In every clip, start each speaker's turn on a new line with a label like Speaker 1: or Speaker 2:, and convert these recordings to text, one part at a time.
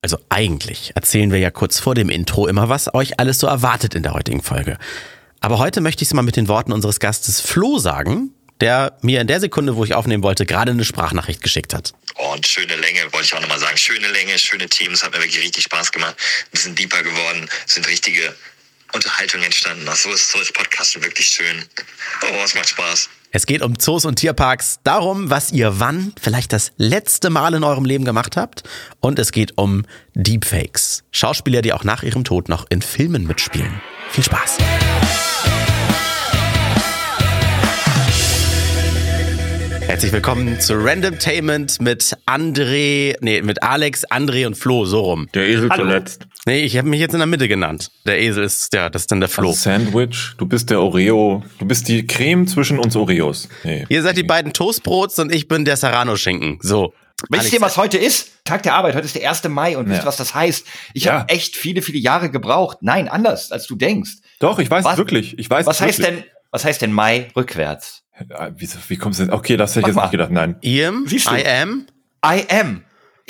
Speaker 1: Also eigentlich erzählen wir ja kurz vor dem Intro immer, was euch alles so erwartet in der heutigen Folge. Aber heute möchte ich es mal mit den Worten unseres Gastes Flo sagen, der mir in der Sekunde, wo ich aufnehmen wollte, gerade eine Sprachnachricht geschickt hat.
Speaker 2: Oh, und schöne Länge, wollte ich auch nochmal sagen. Schöne Länge, schöne Teams, hat mir wirklich richtig Spaß gemacht. Ein bisschen deeper geworden, sind richtige Unterhaltungen entstanden. So ist Podcasten wirklich schön. Oh, es macht Spaß.
Speaker 1: Es geht um Zoos und Tierparks, darum, was ihr wann vielleicht das letzte Mal in eurem Leben gemacht habt. Und es geht um Deepfakes. Schauspieler, die auch nach ihrem Tod noch in Filmen mitspielen. Viel Spaß. Herzlich willkommen zu Randomtainment mit Alex, André und Flo, so rum.
Speaker 3: Der Esel zuletzt.
Speaker 1: Nee, ich habe mich jetzt in der Mitte genannt. Der Esel ist, ja, das ist dann der Flo.
Speaker 3: Also Sandwich, du bist der Oreo, du bist die Creme zwischen uns Oreos. Nee.
Speaker 1: Ihr seid die beiden Toastbrots und ich bin der Serrano-Schinken. So.
Speaker 4: Wisst ihr, was heute ist? Tag der Arbeit, heute ist der 1. Mai und wisst ihr, was das heißt? Ich habe echt viele, viele Jahre gebraucht. Nein, anders, als du denkst.
Speaker 3: Doch, ich weiß es wirklich.
Speaker 4: Was heißt denn Mai rückwärts?
Speaker 3: Wie kommst du denn? Okay, das hätte ich jetzt nicht gedacht, nein.
Speaker 1: I am.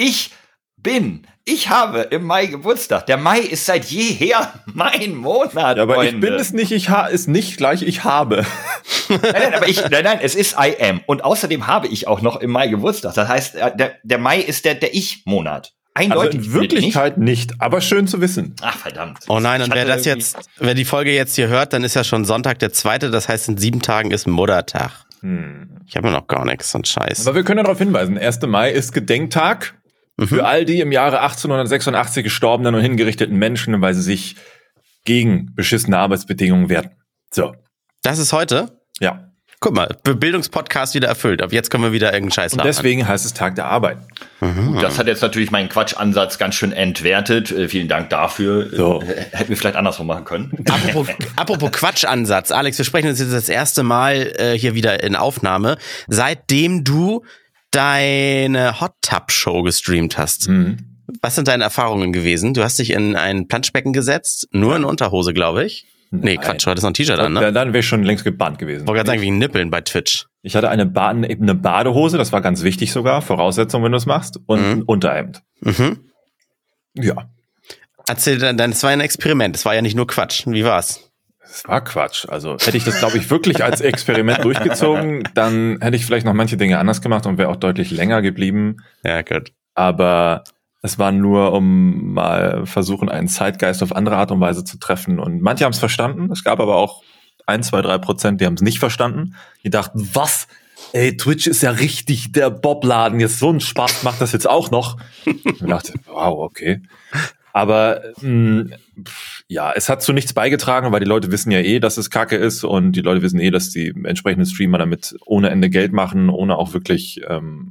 Speaker 4: Ich habe im Mai Geburtstag. Der Mai ist seit jeher mein Monat,
Speaker 3: ja, aber
Speaker 4: Freunde.
Speaker 3: Ich bin es nicht, ist nicht gleich, ich habe.
Speaker 4: Nein, es ist I am. Und außerdem habe ich auch noch im Mai Geburtstag. Das heißt, der Mai ist der Ich-Monat. Eindeutig.
Speaker 3: Also in Wirklichkeit nicht, aber schön zu wissen.
Speaker 4: Ach, verdammt.
Speaker 1: Oh nein, und wer die Folge jetzt hier hört, dann ist ja schon Sonntag der 2., das heißt in 7 Tagen ist Muttertag. Ich habe noch gar nichts, so ein Scheiß.
Speaker 3: Aber wir können ja darauf hinweisen, 1. Mai ist Gedenktag für all die im Jahre 1886 gestorbenen und hingerichteten Menschen, weil sie sich gegen beschissene Arbeitsbedingungen wehrten. So.
Speaker 1: Das ist heute?
Speaker 3: Ja.
Speaker 1: Guck mal, Bildungspodcast wieder erfüllt. Ab jetzt können wir wieder irgendeinen Scheiß
Speaker 3: labern. Und deswegen heißt es Tag der Arbeit.
Speaker 4: Gut, das hat jetzt natürlich meinen Quatschansatz ganz schön entwertet. Vielen Dank dafür. So. Hätten wir vielleicht andersrum machen können.
Speaker 1: Apropos Quatschansatz. Alex, wir sprechen uns jetzt das erste Mal hier wieder in Aufnahme, seitdem du deine Hot Tub Show gestreamt hast. Was sind deine Erfahrungen gewesen? Du hast dich in ein Planschbecken gesetzt, nur in Unterhose, glaube ich. Nee, Quatsch, du hattest noch ein T-Shirt an, ne?
Speaker 3: Dann wäre ich schon längst gebannt gewesen.
Speaker 1: Ich wollte gerade sagen, wie Nippeln bei Twitch.
Speaker 3: Ich hatte eine Badehose, das war ganz wichtig sogar, Voraussetzung, wenn du es machst, und ein Unterhemd. Ja.
Speaker 1: Erzähl dann, das war ein Experiment, das war ja nicht nur Quatsch. Wie war's?
Speaker 3: Es war Quatsch. Also hätte ich das, glaube ich, wirklich als Experiment durchgezogen, dann hätte ich vielleicht noch manche Dinge anders gemacht und wäre auch deutlich länger geblieben.
Speaker 1: Ja, gut.
Speaker 3: Aber es war nur, um mal versuchen, einen Zeitgeist auf andere Art und Weise zu treffen. Und manche haben es verstanden. Es gab aber auch 1, 2, 3%, die haben es nicht verstanden. Die dachten, was? Ey, Twitch ist ja richtig der Bobladen. Jetzt so einen Spaß macht das jetzt auch noch. Ich dachte, wow, okay. Aber ja, es hat zu nichts beigetragen, weil die Leute wissen ja dass es Kacke ist und die Leute wissen dass die entsprechenden Streamer damit ohne Ende Geld machen, ohne auch wirklich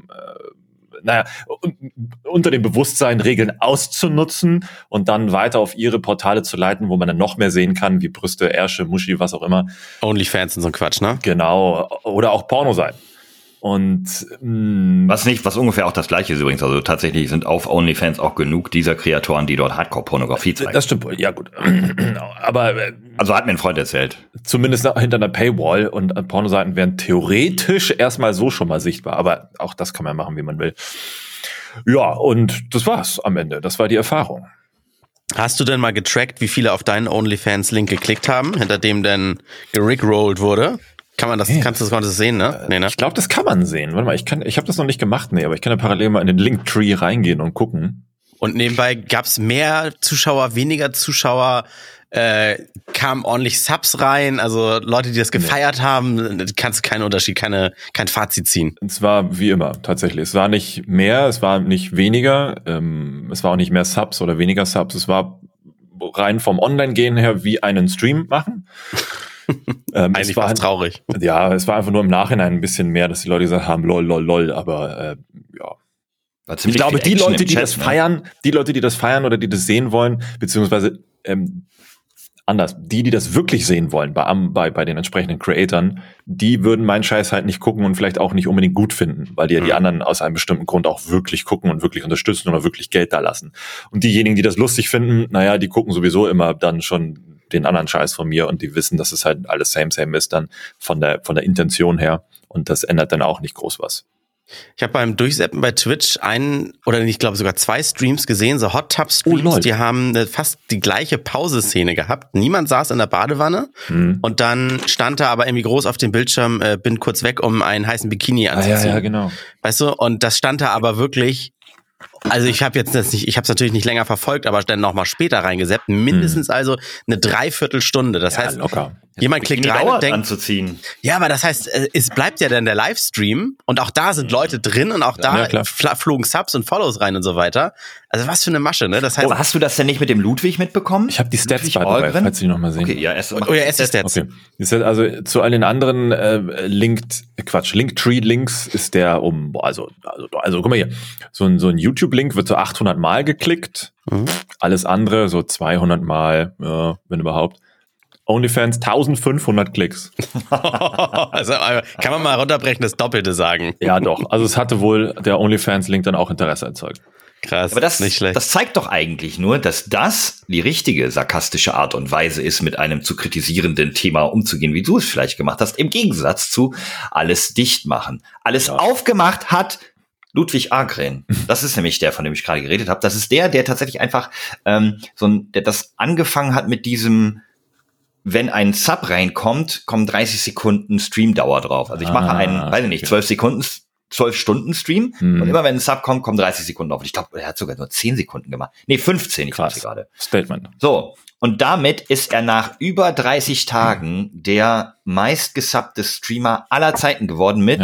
Speaker 3: unter dem Bewusstsein, Regeln auszunutzen und dann weiter auf ihre Portale zu leiten, wo man dann noch mehr sehen kann, wie Brüste, Ärsche, Muschi, was auch immer.
Speaker 1: Onlyfans und so ein Quatsch, ne?
Speaker 3: Genau. Oder auch Porno sein. Und
Speaker 4: was ungefähr auch das Gleiche ist übrigens. Also tatsächlich sind auf OnlyFans auch genug dieser Kreatoren, die dort Hardcore-Pornografie zeigen.
Speaker 3: Das stimmt, ja gut. Aber
Speaker 4: also hat mir ein Freund erzählt.
Speaker 3: Zumindest hinter einer Paywall und Pornoseiten wären theoretisch erstmal so schon mal sichtbar. Aber auch das kann man machen, wie man will. Ja, und das war's am Ende. Das war die Erfahrung.
Speaker 1: Hast du denn mal getrackt, wie viele auf deinen OnlyFans-Link geklickt haben, hinter dem denn gerickrollt wurde? Kann man das, kannst du das sehen, ne? Nee, ne?
Speaker 3: Ich glaube, das kann man sehen. Warte mal, ich habe das noch nicht gemacht, aber ich kann ja parallel mal in den Linktree reingehen und gucken.
Speaker 1: Und nebenbei gab's mehr Zuschauer, weniger Zuschauer, kamen ordentlich Subs rein, also Leute, die das gefeiert haben, kannst du keinen Unterschied, kein Fazit ziehen.
Speaker 3: Es war wie immer, tatsächlich. Es war nicht mehr, es war nicht weniger, es war auch nicht mehr Subs oder weniger Subs, es war rein vom Online-Gehen her wie einen Stream machen.
Speaker 1: Eigentlich war es traurig.
Speaker 3: Ja, es war einfach nur im Nachhinein ein bisschen mehr, dass die Leute gesagt haben, lol, aber ja. Ich glaube, die Leute, die das feiern, die das feiern oder die das sehen wollen, beziehungsweise anders, die das wirklich sehen wollen bei den entsprechenden Creatoren, die würden meinen Scheiß halt nicht gucken und vielleicht auch nicht unbedingt gut finden, weil die anderen aus einem bestimmten Grund auch wirklich gucken und wirklich unterstützen oder wirklich Geld da lassen. Und diejenigen, die das lustig finden, die gucken sowieso immer dann schon den anderen Scheiß von mir und die wissen, dass es halt alles same ist dann von der Intention her und das ändert dann auch nicht groß was.
Speaker 1: Ich habe beim Durchseppen bei Twitch ich glaube sogar 2 Streams gesehen, so Hot Tub Streams, die haben fast die gleiche Pause-Szene gehabt. Niemand saß in der Badewanne und dann stand da aber irgendwie groß auf dem Bildschirm, bin kurz weg, um einen heißen Bikini anzuziehen.
Speaker 3: Ja, genau.
Speaker 1: Weißt du, und das stand da aber wirklich. Also ich habe es natürlich nicht länger verfolgt, aber dann nochmal später reingeseppt. Mindestens also eine Dreiviertelstunde. Das heißt,
Speaker 3: locker.
Speaker 1: Jemand klickt rein und denkt,
Speaker 4: anzuziehen.
Speaker 1: Ja, aber das heißt, es bleibt ja dann der Livestream und auch da sind Leute drin und auch da flogen Subs und Follows rein und so weiter. Also was für eine Masche, ne? Das heißt,
Speaker 4: hast du das denn nicht mit dem Ludwig mitbekommen?
Speaker 3: Ich habe die Stats dabei, falls Sie die nochmal sehen.
Speaker 4: Okay, ja, erst
Speaker 1: die Stats.
Speaker 3: Okay. Also zu all den anderen Linktree-Links ist der also guck mal hier, so ein YouTube-Link wird so 800 Mal geklickt, alles andere so 200 Mal, wenn überhaupt. OnlyFans 1500 Klicks.
Speaker 1: Also kann man mal runterbrechen, das Doppelte sagen.
Speaker 3: Ja, doch. Also es hatte wohl der OnlyFans-Link dann auch Interesse erzeugt.
Speaker 1: Krass,
Speaker 4: aber das,
Speaker 1: nicht schlecht.
Speaker 4: Das zeigt doch eigentlich nur, dass das die richtige sarkastische Art und Weise ist, mit einem zu kritisierenden Thema umzugehen, wie du es vielleicht gemacht hast, im Gegensatz zu alles dicht machen. Alles aufgemacht hat Ludwig Agren. Das ist nämlich der, von dem ich gerade geredet habe. Das ist der tatsächlich einfach der das angefangen hat mit diesem, wenn ein Sub reinkommt, kommen 30 Sekunden Streamdauer drauf. Also ich mache einen, weiß ich nicht, 12 Stunden Stream und immer wenn ein Sub kommt, kommen 30 Sekunden auf. Und ich glaube, er hat sogar nur 10 Sekunden gemacht. Nee, 15, ich weiß gerade.
Speaker 3: Statement.
Speaker 4: So, und damit ist er nach über 30 Tagen der meistgesubbte Streamer aller Zeiten geworden mit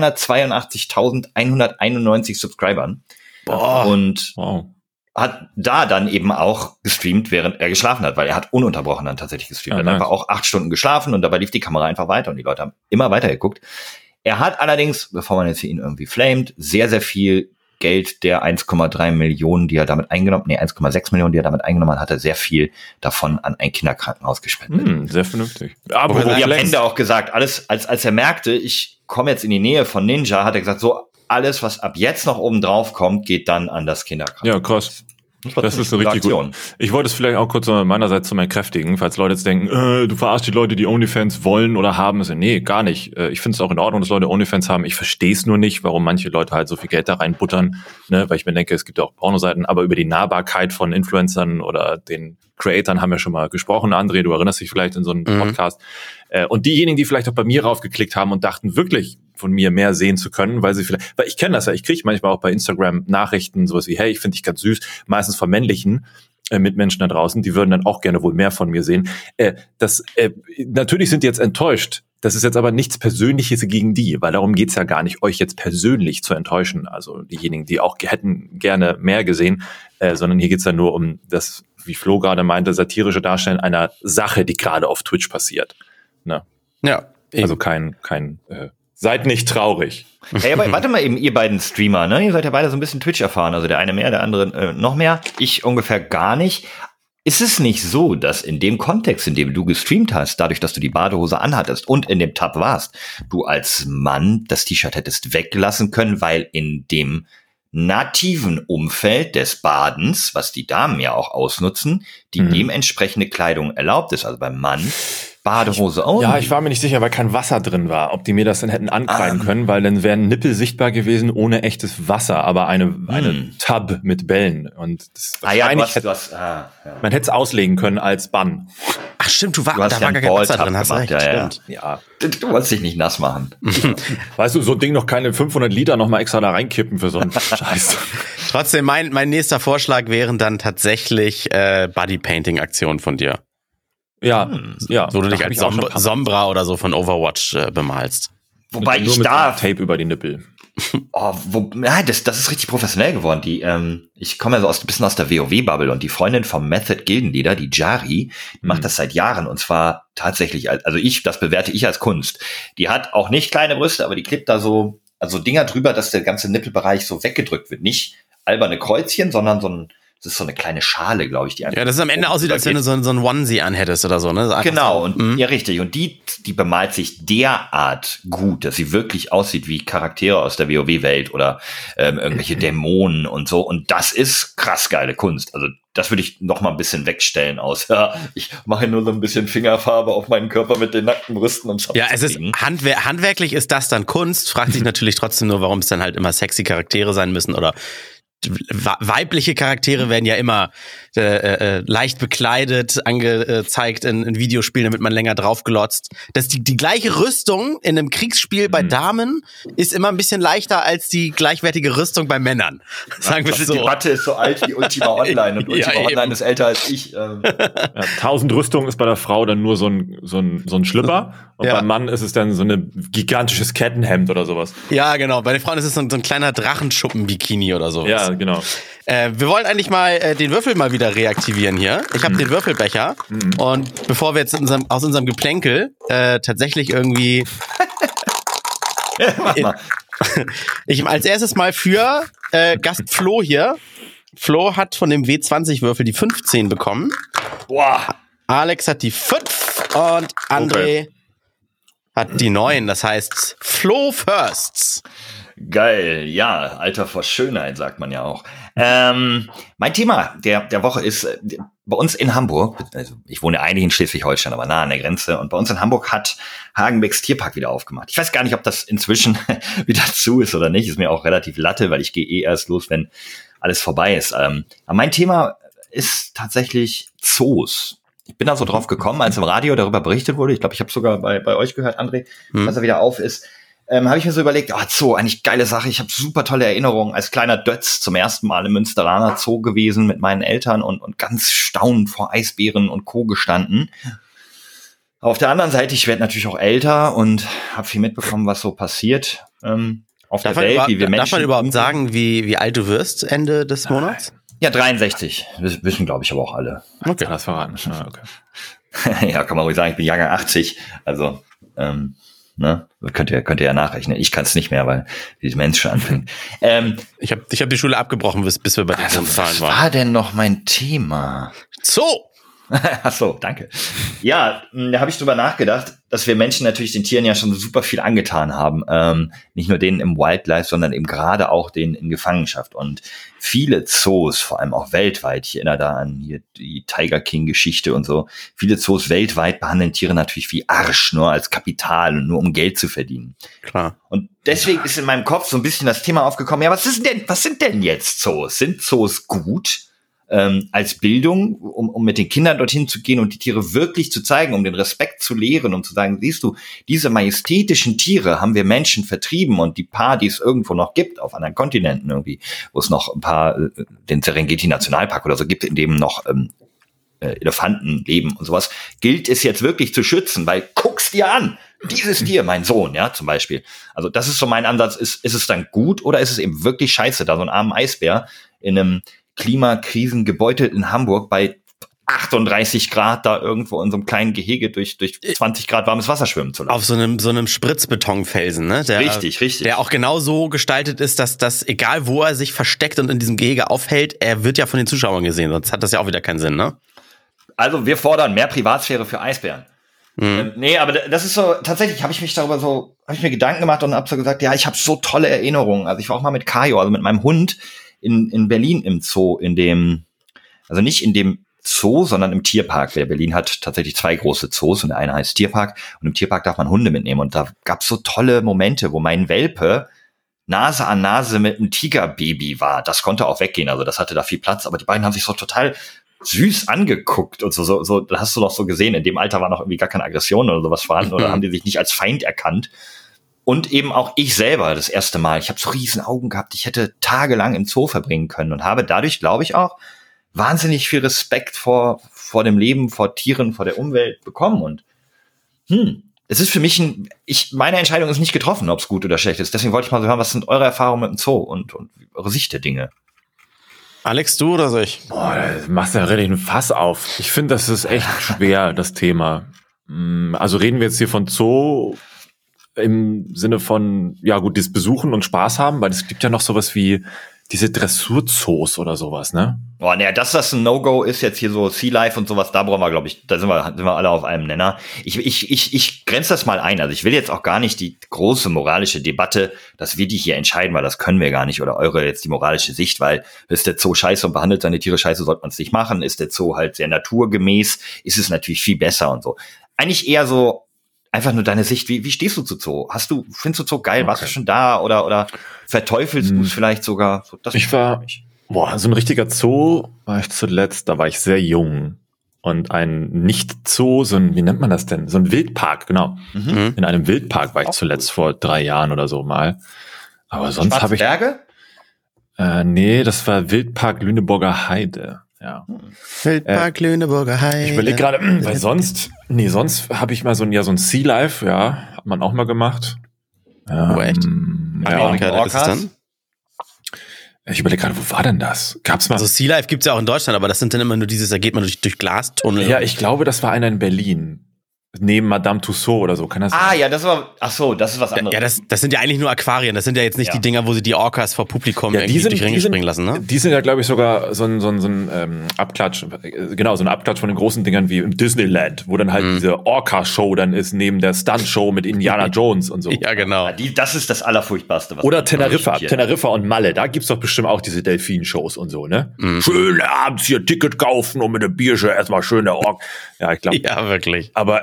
Speaker 4: 282.191 Subscribern.
Speaker 1: Boah.
Speaker 4: Und hat da dann eben auch gestreamt, während er geschlafen hat, weil er hat ununterbrochen dann tatsächlich gestreamt. Er hat einfach auch 8 Stunden geschlafen und dabei lief die Kamera einfach weiter und die Leute haben immer weiter geguckt. Er hat allerdings, bevor man jetzt ihn irgendwie flamet, sehr, sehr viel Geld der 1,3 Millionen, die er damit 1,6 Millionen, die er damit eingenommen hat, hat er sehr viel davon an ein Kinderkrankenhaus gespendet.
Speaker 3: Sehr vernünftig.
Speaker 4: Aber er hat am Ende auch gesagt, alles, als er merkte, ich komme jetzt in die Nähe von Ninja, hat er gesagt, so alles, was ab jetzt noch oben drauf kommt, geht dann an das Kinderkrankenhaus.
Speaker 3: Ja, krass. Das ist so richtig gut. Ich wollte es vielleicht auch kurz meinerseits zu entkräftigen, falls Leute jetzt denken, du verarschst die Leute, die OnlyFans wollen oder haben. Nee, gar nicht. Ich finde es auch in Ordnung, dass Leute OnlyFans haben. Ich verstehe es nur nicht, warum manche Leute halt so viel Geld da reinbuttern, ne? Weil ich mir denke, es gibt ja auch Pornoseiten, aber über die Nahbarkeit von Influencern oder den Creatern haben wir schon mal gesprochen. André, du erinnerst dich vielleicht in so einem Podcast. Und diejenigen, die vielleicht auch bei mir raufgeklickt haben und dachten, wirklich von mir mehr sehen zu können, weil ich kenne das ja, ich kriege manchmal auch bei Instagram Nachrichten, sowas wie, hey, ich finde dich ganz süß, meistens von männlichen Mitmenschen da draußen, die würden dann auch gerne wohl mehr von mir sehen. Natürlich sind die jetzt enttäuscht. Das ist jetzt aber nichts Persönliches gegen die, weil darum geht's ja gar nicht, euch jetzt persönlich zu enttäuschen, also diejenigen, die auch hätten gerne mehr gesehen, sondern hier geht's ja nur um das, wie Flo gerade meinte, satirische Darstellen einer Sache, die gerade auf Twitch passiert. Ne?
Speaker 1: Ja. Eben.
Speaker 3: Also kein seid nicht traurig.
Speaker 4: Hey, aber warte mal eben, ihr beiden Streamer, ne? Ihr seid ja beide so ein bisschen Twitch erfahren, also der eine mehr, der andere noch mehr. Ich ungefähr gar nicht. Ist es nicht so, dass in dem Kontext, in dem du gestreamt hast, dadurch, dass du die Badehose anhattest und in dem Tab warst, du als Mann das T-Shirt hättest weglassen können, weil in dem nativen Umfeld des Badens, was die Damen ja auch ausnutzen, die dementsprechende Kleidung erlaubt ist, also beim Mann, Badehose auch.
Speaker 3: Ja, ich war mir nicht sicher, weil kein Wasser drin war, ob die mir das dann hätten ankreiden können, weil dann wären Nippel sichtbar gewesen ohne echtes Wasser, aber eine Tub mit Bällen. Und das man hätte es auslegen können als Bann.
Speaker 1: Ach stimmt, da war gar kein Wasser drin, hast recht.
Speaker 4: Ja. Du wolltest dich nicht nass machen.
Speaker 3: Weißt du, so ein Ding noch keine 500 Liter noch mal extra da reinkippen für so einen Scheiß.
Speaker 1: Trotzdem, mein nächster Vorschlag wären dann tatsächlich Bodypainting-Aktionen von dir.
Speaker 3: Ja.
Speaker 1: Wo du dich als Sombra oder so von Overwatch bemalst.
Speaker 4: Wobei
Speaker 3: ich da Tape über die Nippel.
Speaker 4: Das ist richtig professionell geworden. Ich komme ja so ein bisschen aus der WoW-Bubble und die Freundin vom Method Gildenleader, die Jari, macht das seit Jahren und zwar tatsächlich, also das bewerte ich als Kunst. Die hat auch nicht kleine Brüste, aber die klebt da so, also Dinger drüber, dass der ganze Nippelbereich so weggedrückt wird. Nicht alberne Kreuzchen, sondern das ist so eine kleine Schale, glaube ich, die einfach.
Speaker 1: Ja, dass es am Ende aussieht, als wenn du so ein Onesie anhättest oder so, ne?
Speaker 4: Genau, und ja, richtig. Und die bemalt sich derart gut, dass sie wirklich aussieht wie Charaktere aus der WoW-Welt oder irgendwelche Dämonen und so. Und das ist krass geile Kunst. Also das würde ich noch mal ein bisschen wegstellen aus. Ja, ich mache nur so ein bisschen Fingerfarbe auf meinen Körper mit den nackten Brüsten und
Speaker 1: ja, es ist handwerklich ist das dann Kunst. Fragt sich natürlich trotzdem nur, warum es dann halt immer sexy Charaktere sein müssen oder weibliche Charaktere werden ja immer leicht bekleidet angezeigt in Videospielen, damit man länger drauf glotzt. Das die gleiche Rüstung in einem Kriegsspiel bei Damen ist immer ein bisschen leichter als die gleichwertige Rüstung bei Männern. Sagen wir so.
Speaker 4: Die Debatte ist so alt wie Ultima Online und Ultima Online ist älter als ich.
Speaker 3: Ja, 1000 Rüstungen ist bei der Frau dann nur so ein Schlüpper und beim Mann ist es dann so ein gigantisches Kettenhemd oder sowas.
Speaker 1: Ja, genau. Bei den Frauen ist es so ein kleiner Drachenschuppen-Bikini oder sowas.
Speaker 3: Ja, genau.
Speaker 1: Wir wollen eigentlich mal den Würfel mal wieder reaktivieren hier. Ich habe den Würfelbecher und bevor wir jetzt aus unserem Geplänkel tatsächlich irgendwie ich als erstes mal für Gast Flo hier. Flo hat von dem W20-Würfel die 15 bekommen.
Speaker 4: Boah.
Speaker 1: Alex hat die 5 und André hat die 9. Das heißt Flo firsts.
Speaker 4: Geil, ja, Alter vor Schönheit, sagt man ja auch. Mein Thema der Woche ist bei uns in Hamburg, also ich wohne eigentlich in Schleswig-Holstein, aber nah an der Grenze, und bei uns in Hamburg hat Hagenbecks Tierpark wieder aufgemacht. Ich weiß gar nicht, ob das inzwischen wieder zu ist oder nicht, ist mir auch relativ Latte, weil ich gehe erst los, wenn alles vorbei ist. Aber mein Thema ist tatsächlich Zoos. Ich bin da so drauf gekommen, als im Radio darüber berichtet wurde, ich glaube, ich habe sogar bei euch gehört, André, dass er wieder auf ist, habe ich mir so überlegt, Zoo, eigentlich geile Sache. Ich habe super tolle Erinnerungen als kleiner Dötz zum ersten Mal im Münsteraner Zoo gewesen mit meinen Eltern und ganz staunend vor Eisbären und Co. gestanden. Auf der anderen Seite, ich werde natürlich auch älter und habe viel mitbekommen, was so passiert auf der Welt, wie wir Menschen.
Speaker 1: Darf man überhaupt sagen, wie alt du wirst Ende des Monats?
Speaker 4: Ja, 63. Wissen, glaube ich, aber auch alle.
Speaker 3: Okay, das verraten. Okay.
Speaker 4: Ja, kann man ruhig sagen, ich bin Jahrgang 80. Also, ne? Könnt ihr ja nachrechnen. Ich kann es nicht mehr, weil dieses Mensch schon anfängt.
Speaker 1: Ich hab die Schule abgebrochen, bis wir bei den Zahlen waren.
Speaker 4: Was war denn noch mein Thema?
Speaker 1: Zoo!
Speaker 4: Ach so, danke. Ja, da habe ich drüber nachgedacht, dass wir Menschen natürlich den Tieren ja schon super viel angetan haben. Nicht nur denen im Wildlife, sondern eben gerade auch denen in Gefangenschaft. Und viele Zoos, vor allem auch weltweit, ich erinnere da an hier die Tiger King-Geschichte und so, viele Zoos weltweit behandeln Tiere natürlich wie Arsch, nur als Kapital und nur um Geld zu verdienen.
Speaker 1: Klar.
Speaker 4: Und deswegen ist in meinem Kopf so ein bisschen das Thema aufgekommen, ja, was sind denn jetzt Zoos? Sind Zoos gut? Als Bildung, um mit den Kindern dorthin zu gehen und die Tiere wirklich zu zeigen, um den Respekt zu lehren und zu sagen, siehst du, diese majestätischen Tiere haben wir Menschen vertrieben und die paar, die es irgendwo noch gibt, auf anderen Kontinenten irgendwie, wo es noch ein paar, den Serengeti-Nationalpark oder so gibt, in dem noch Elefanten leben und sowas, gilt es jetzt wirklich zu schützen, weil guck's dir an, dieses Tier, mein Sohn, ja, zum Beispiel. Also das ist so mein Ansatz, ist es dann gut oder ist es eben wirklich scheiße, da so einen armen Eisbär in einem Klimakrisen gebeutelt in Hamburg bei 38 Grad da irgendwo in so einem kleinen Gehege durch 20 Grad warmes Wasser schwimmen zu lassen.
Speaker 1: Auf so einem Spritzbetonfelsen, ne?
Speaker 4: Richtig.
Speaker 1: Der auch genau so gestaltet ist, dass egal wo er sich versteckt und in diesem Gehege aufhält, er wird ja von den Zuschauern gesehen, sonst hat das ja auch wieder keinen Sinn, ne?
Speaker 4: Also wir fordern mehr Privatsphäre für Eisbären. Nee, aber das ist so, tatsächlich habe ich mir Gedanken gemacht und habe so gesagt, ja, ich habe so tolle Erinnerungen. Also ich war auch mal mit Kajo, also mit meinem Hund, in Berlin im Zoo, also nicht in dem Zoo, sondern im Tierpark. Berlin hat tatsächlich 2 große Zoos und der eine heißt Tierpark und im Tierpark darf man Hunde mitnehmen und da gab's so tolle Momente, wo mein Welpe Nase an Nase mit einem Tigerbaby war. Das konnte auch weggehen, also das hatte da viel Platz, aber die beiden haben sich so total süß angeguckt und so, da hast du doch so gesehen, in dem Alter war noch irgendwie gar keine Aggression oder sowas vorhanden oder haben die sich nicht als Feind erkannt. Und eben auch ich selber das erste Mal. Ich habe so riesen Augen gehabt. Ich hätte tagelang im Zoo verbringen können und habe dadurch, glaube ich, auch wahnsinnig viel Respekt vor dem Leben, vor Tieren, vor der Umwelt bekommen. Und es ist für mich meine Entscheidung ist nicht getroffen, ob es gut oder schlecht ist. Deswegen wollte ich mal so hören, was sind eure Erfahrungen mit dem Zoo und eure Sicht der Dinge?
Speaker 1: Alex, du oder soll ich?
Speaker 3: Boah, du machst ja richtig ein Fass auf. Ich finde, das ist echt schwer, das Thema. Also reden wir jetzt hier von Zoo im Sinne von, ja gut, das Besuchen und Spaß haben, weil es gibt ja noch sowas wie diese Dressurzoos oder sowas, ne?
Speaker 4: Boah, naja, dass das ein No-Go ist, jetzt hier so Sea Life und sowas, da brauchen wir, glaube ich, da sind wir alle auf einem Nenner. Ich grenze das mal ein. Also ich will jetzt auch gar nicht die große moralische Debatte, dass wir die hier entscheiden, weil das können wir gar nicht, oder eure jetzt die moralische Sicht, weil ist der Zoo scheiße und behandelt seine Tiere scheiße, sollte man es nicht machen. Ist der Zoo halt sehr naturgemäß, ist es natürlich viel besser und so. Eigentlich eher so, einfach nur deine Sicht, wie stehst du zu Zoo? Findest du Zoo geil? Okay. Warst du schon da oder verteufelst du es vielleicht sogar? So, das
Speaker 3: so ein richtiger Zoo war ich zuletzt, da war ich sehr jung. Und ein Nicht-Zoo, wie nennt man das denn? So ein Wildpark, genau. Mhm. In einem Wildpark war ich zuletzt vor 3 Jahren oder so mal. Aber sonst habe ich...
Speaker 4: Berge?
Speaker 3: Nee, das war Wildpark Lüneburger Heide. Ja.
Speaker 1: Wildpark Lüneburger Heide.
Speaker 3: Ich überlege gerade, weil sonst habe ich mal so ein Sea Life, ja, hat man auch mal gemacht.
Speaker 1: Echt?
Speaker 3: Ja.
Speaker 1: Ist es dann?
Speaker 3: Ich überlege gerade, wo war denn das? Gab's mal?
Speaker 1: Also Sea Life gibt's ja auch in Deutschland, aber das sind dann immer nur da geht man durch Glastunnel.
Speaker 3: Ja, ich glaube, das war einer in Berlin. Neben Madame Tussauds oder so, kann das sein?
Speaker 4: Ja, das ist was anderes.
Speaker 1: Ja, das sind ja eigentlich nur Aquarien, das sind ja jetzt nicht die Dinger, wo sie die Orcas vor Publikum irgendwie durch Ringe springen lassen, ne?
Speaker 3: Die sind ja, glaube ich, sogar so ein Abklatsch, genau, so ein Abklatsch von den großen Dingern wie im Disneyland, wo dann halt diese Orca-Show dann ist, neben der Stunt-Show mit Indiana Jones und so.
Speaker 1: Ja, genau.
Speaker 4: Das ist das Allerfurchtbarste.
Speaker 3: Oder Teneriffa und Malle, da gibt's doch bestimmt auch diese Delfin-Shows und so, ne? Schöne abends hier Ticket kaufen und mit der Biersche erstmal schön der Ork. Ja, ich glaube.
Speaker 1: Ja, wirklich.
Speaker 3: Aber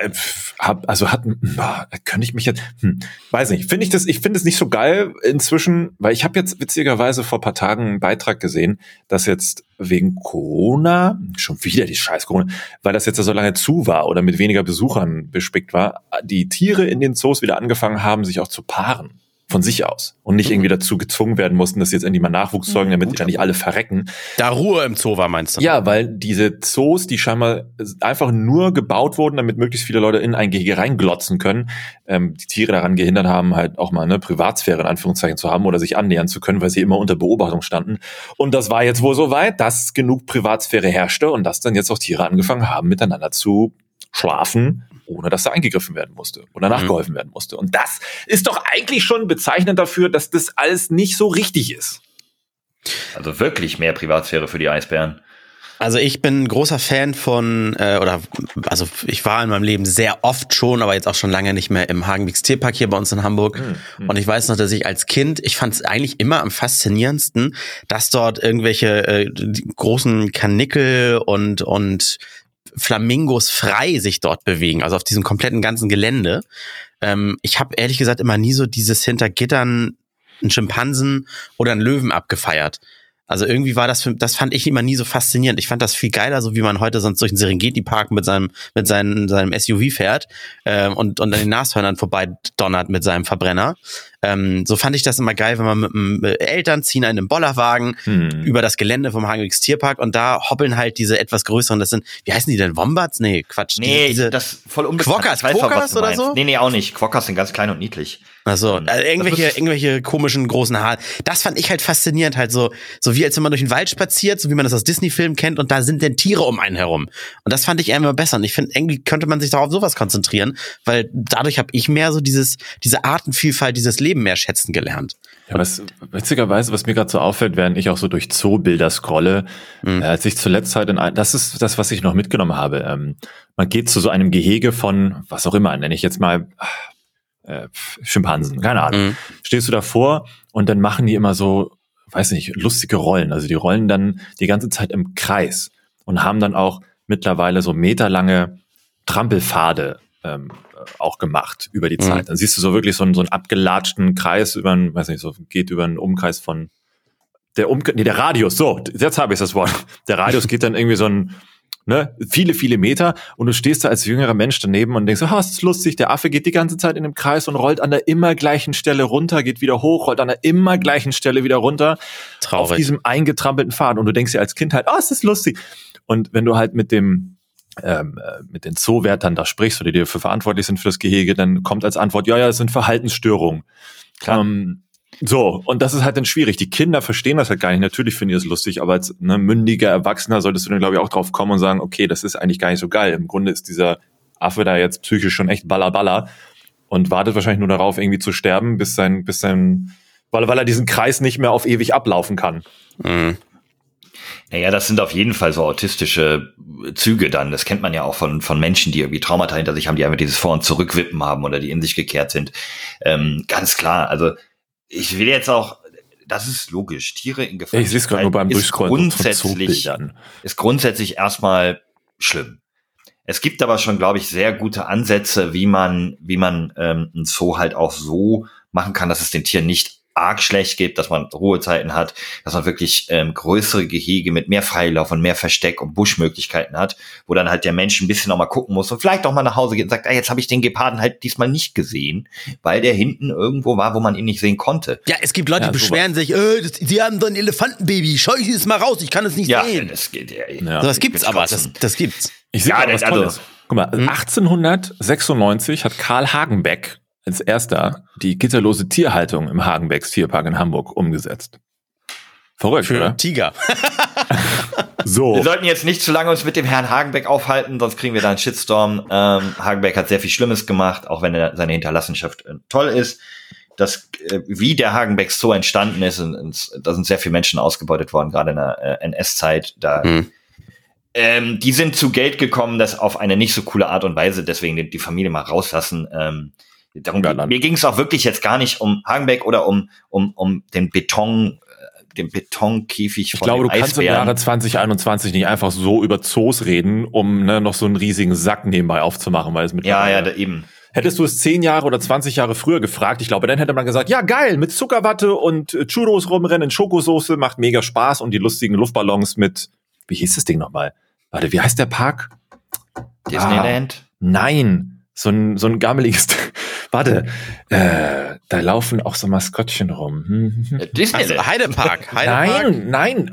Speaker 3: könnte ich mich jetzt, weiß nicht, ich finde es nicht so geil inzwischen, weil ich habe jetzt witzigerweise vor ein paar Tagen einen Beitrag gesehen, dass jetzt wegen Corona, schon wieder die scheiß Corona, weil das jetzt so lange zu war oder mit weniger Besuchern bespickt war, die Tiere in den Zoos wieder angefangen haben, sich auch zu paaren. Von sich aus. Und nicht irgendwie dazu gezwungen werden mussten, dass sie jetzt endlich mal Nachwuchs zeugen, damit die da nicht alle verrecken.
Speaker 1: Da Ruhe im Zoo war, meinst du?
Speaker 3: Ja, weil diese Zoos, die scheinbar einfach nur gebaut wurden, damit möglichst viele Leute in ein Gehege reinglotzen können, die Tiere daran gehindert haben, halt auch mal eine Privatsphäre in Anführungszeichen zu haben oder sich annähern zu können, weil sie immer unter Beobachtung standen. Und das war jetzt wohl so weit, dass genug Privatsphäre herrschte und dass dann jetzt auch Tiere angefangen haben, miteinander zu schlafen, ohne dass da eingegriffen werden musste oder nachgeholfen werden musste. Und das ist doch eigentlich schon bezeichnend dafür, dass das alles nicht so richtig ist.
Speaker 4: Also wirklich mehr Privatsphäre für die Eisbären.
Speaker 1: Also ich bin ein großer Fan von, ich war in meinem Leben sehr oft schon, aber jetzt auch schon lange nicht mehr im Hagenbecks Tierpark hier bei uns in Hamburg. Und ich weiß noch, dass ich als Kind, ich fand es eigentlich immer am faszinierendsten, dass dort irgendwelche großen Karnickel und Flamingos frei sich dort bewegen, also auf diesem kompletten ganzen Gelände. Ich habe ehrlich gesagt immer nie so dieses hinter Gittern einen Schimpansen oder einen Löwen abgefeiert. Also irgendwie war das fand ich immer nie so faszinierend. Ich fand das viel geiler, so wie man heute sonst durch den Serengeti-Park mit seinem SUV fährt und an den Nashörnern vorbei donnert mit seinem Verbrenner. So fand ich das immer geil, wenn man mit dem Eltern ziehen einen Bollerwagen über das Gelände vom Hagenbecks Tierpark und da hoppeln halt diese etwas größeren, das sind, wie heißen die denn, Wombats? Nee, Quatsch.
Speaker 4: Nee, das voll unbekannt.
Speaker 1: Quokkas oder so?
Speaker 4: Nee, auch nicht. Quokkas sind ganz klein und niedlich.
Speaker 1: Ach so, irgendwelche komischen großen Haare. Das fand ich halt faszinierend, halt so wie als wenn man durch den Wald spaziert, so wie man das aus Disney-Filmen kennt und da sind dann Tiere um einen herum. Und das fand ich immer besser und ich finde, irgendwie könnte man sich darauf sowas konzentrieren, weil dadurch habe ich mehr so diese Artenvielfalt, dieses Leben mehr schätzen gelernt.
Speaker 3: Ja, witzigerweise, was mir gerade so auffällt, während ich auch so durch Zoobilder scrolle, als ich zuletzt halt das ist das, was ich noch mitgenommen habe. Man geht zu so einem Gehege von, was auch immer, nenne ich jetzt mal Schimpansen, keine Ahnung. Stehst du davor und dann machen die immer so, weiß nicht, lustige Rollen. Also die rollen dann die ganze Zeit im Kreis und haben dann auch mittlerweile so meterlange Trampelpfade auch gemacht über die Zeit. Dann siehst du so wirklich so einen abgelatschten Kreis geht über einen Umkreis von der Radius, so, jetzt habe ich das Wort. Der Radius geht dann irgendwie so viele, viele Meter und du stehst da als jüngerer Mensch daneben und denkst, das ist lustig, der Affe geht die ganze Zeit in einem Kreis und rollt an der immer gleichen Stelle runter, geht wieder hoch, rollt an der immer gleichen Stelle wieder runter. Traurig. Auf diesem eingetrampelten Pfad und du denkst dir als Kind halt, es ist lustig. Und wenn du halt mit den Zoowärtern da sprichst oder die dafür verantwortlich sind für das Gehege, dann kommt als Antwort, das sind Verhaltensstörungen. Und das ist halt dann schwierig. Die Kinder verstehen das halt gar nicht. Natürlich finden die das lustig, aber als mündiger Erwachsener solltest du dann, glaube ich, auch drauf kommen und sagen, okay, das ist eigentlich gar nicht so geil. Im Grunde ist dieser Affe da jetzt psychisch schon echt balla und wartet wahrscheinlich nur darauf, irgendwie zu sterben, bis sein Weil er diesen Kreis nicht mehr auf ewig ablaufen kann.
Speaker 4: Mhm. Naja, das sind auf jeden Fall so autistische Züge dann. Das kennt man ja auch von Menschen, die irgendwie Traumata hinter sich haben, die einfach dieses Vor- und Zurückwippen haben oder die in sich gekehrt sind. Ganz klar, also ich will jetzt auch, das ist logisch, Tiere in Gefahr.
Speaker 3: Ich sehe es gerade nur beim Durchscrollen
Speaker 4: ist grundsätzlich erstmal schlimm. Es gibt aber schon, glaube ich, sehr gute Ansätze, wie man ein Zoo halt auch so machen kann, dass es den Tieren nicht arg schlecht geht, dass man Ruhezeiten hat, dass man wirklich größere Gehege mit mehr Freilauf und mehr Versteck und Buschmöglichkeiten hat, wo dann halt der Mensch ein bisschen noch mal gucken muss und vielleicht auch mal nach Hause geht und sagt, jetzt habe ich den Geparden halt diesmal nicht gesehen, weil der hinten irgendwo war, wo man ihn nicht sehen konnte.
Speaker 1: Ja, es gibt Leute, die beschweren sich, sie haben so ein Elefantenbaby, schau ich es mal raus, ich kann es nicht sehen.
Speaker 4: Das geht
Speaker 1: So, das gibt's aber, das gibt's.
Speaker 3: Ich sehe was Tolles. Guck mal, 1896 hat Karl Hagenbeck als erster die gitterlose Tierhaltung im Hagenbecks Tierpark in Hamburg umgesetzt. Verrückt,
Speaker 1: für
Speaker 3: oder?
Speaker 1: Tiger.
Speaker 3: So.
Speaker 4: Wir sollten jetzt nicht zu lange uns mit dem Herrn Hagenbeck aufhalten, sonst kriegen wir da einen Shitstorm. Hagenbeck hat sehr viel Schlimmes gemacht, auch wenn seine Hinterlassenschaft toll ist. Wie der Hagenbeck Zoo entstanden ist, da sind sehr viele Menschen ausgebeutet worden, gerade in der NS-Zeit. Die sind zu Geld gekommen, das auf eine nicht so coole Art und Weise, deswegen die Familie mal rauslassen. Mir ging es auch wirklich jetzt gar nicht um Hagenbeck oder um den Betonkäfig von dem Eisbären. Ich glaube, du kannst im
Speaker 3: Jahre 2021 nicht einfach so über Zoos reden, um noch so einen riesigen Sack nebenbei aufzumachen, weil es mit
Speaker 4: eben.
Speaker 3: Hättest du es 10 Jahre oder 20 Jahre früher gefragt, ich glaube, dann hätte man gesagt, ja geil, mit Zuckerwatte und Churros rumrennen, Schokosoße, macht mega Spaß und die lustigen Luftballons mit, wie hieß das Ding nochmal? Warte, wie heißt der Park?
Speaker 4: Disneyland?
Speaker 3: Nein, so ein gammeliges, warte, da laufen auch so Maskottchen rum.
Speaker 1: Disneyland. Also Heidepark.
Speaker 3: Nein,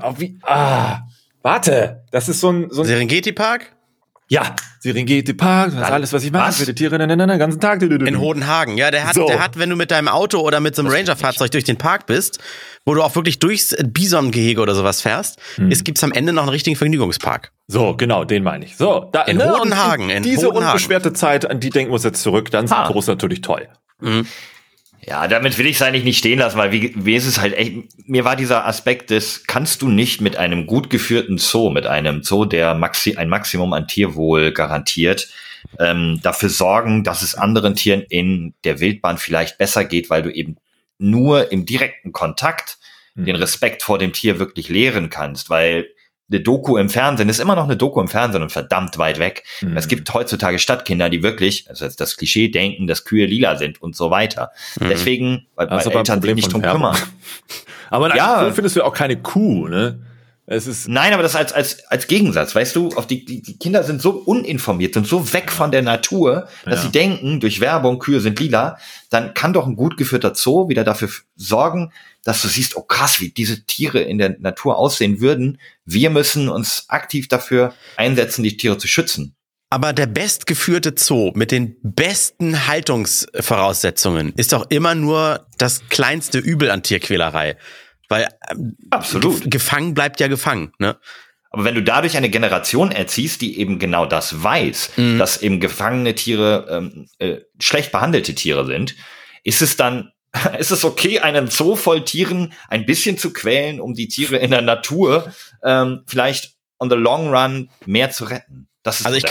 Speaker 3: warte, das ist so ein
Speaker 1: Serengeti-Park?
Speaker 3: Ja, Serengeti-Park, das ist alles, was ich mache für die Tiere den ganzen Tag.
Speaker 1: In Hodenhagen, ja, der hat, wenn du mit deinem Auto oder mit so einem Ranger-Fahrzeug durch den Park bist, wo du auch wirklich durchs Bison-Gehege oder sowas fährst, gibt's am Ende noch einen richtigen Vergnügungspark.
Speaker 3: So, genau, den meine ich. So, da,
Speaker 1: in Hodenhagen.
Speaker 3: Diese unbeschwerte Zeit, an die denken wir uns jetzt zurück, dann sind Zoos natürlich toll.
Speaker 4: Mhm. Ja, damit will ich es eigentlich nicht stehen lassen, weil wie ist es halt echt, mir war dieser Aspekt des, kannst du nicht mit einem gut geführten Zoo, mit einem Zoo, der ein Maximum an Tierwohl garantiert, dafür sorgen, dass es anderen Tieren in der Wildbahn vielleicht besser geht, weil du eben nur im direkten Kontakt den Respekt vor dem Tier wirklich lehren kannst, weil eine Doku im Fernsehen ist immer noch eine Doku im Fernsehen und verdammt weit weg. Es gibt heutzutage Stadtkinder, die wirklich, also das Klischee denken, dass Kühe lila sind und so weiter. Deswegen, weil Eltern sich nicht drum kümmern.
Speaker 3: Aber so findest du auch keine Kuh, ne?
Speaker 4: Nein, aber das als Gegensatz, weißt du, die Kinder sind so uninformiert, sind so weg von der Natur, dass sie denken, durch Werbung, Kühe sind lila, dann kann doch ein gut geführter Zoo wieder dafür sorgen, dass du siehst, oh krass, wie diese Tiere in der Natur aussehen würden. Wir müssen uns aktiv dafür einsetzen, die Tiere zu schützen.
Speaker 1: Aber der bestgeführte Zoo mit den besten Haltungsvoraussetzungen ist doch immer nur das kleinste Übel an Tierquälerei. Weil
Speaker 4: absolut
Speaker 1: gefangen bleibt ja gefangen, ne?
Speaker 4: Aber wenn du dadurch eine Generation erziehst, die eben genau das weiß, dass eben gefangene Tiere schlecht behandelte Tiere sind, ist es okay, einen Zoo voll Tieren ein bisschen zu quälen, um die Tiere in der Natur vielleicht on the long run mehr zu retten? Das ist
Speaker 1: also ich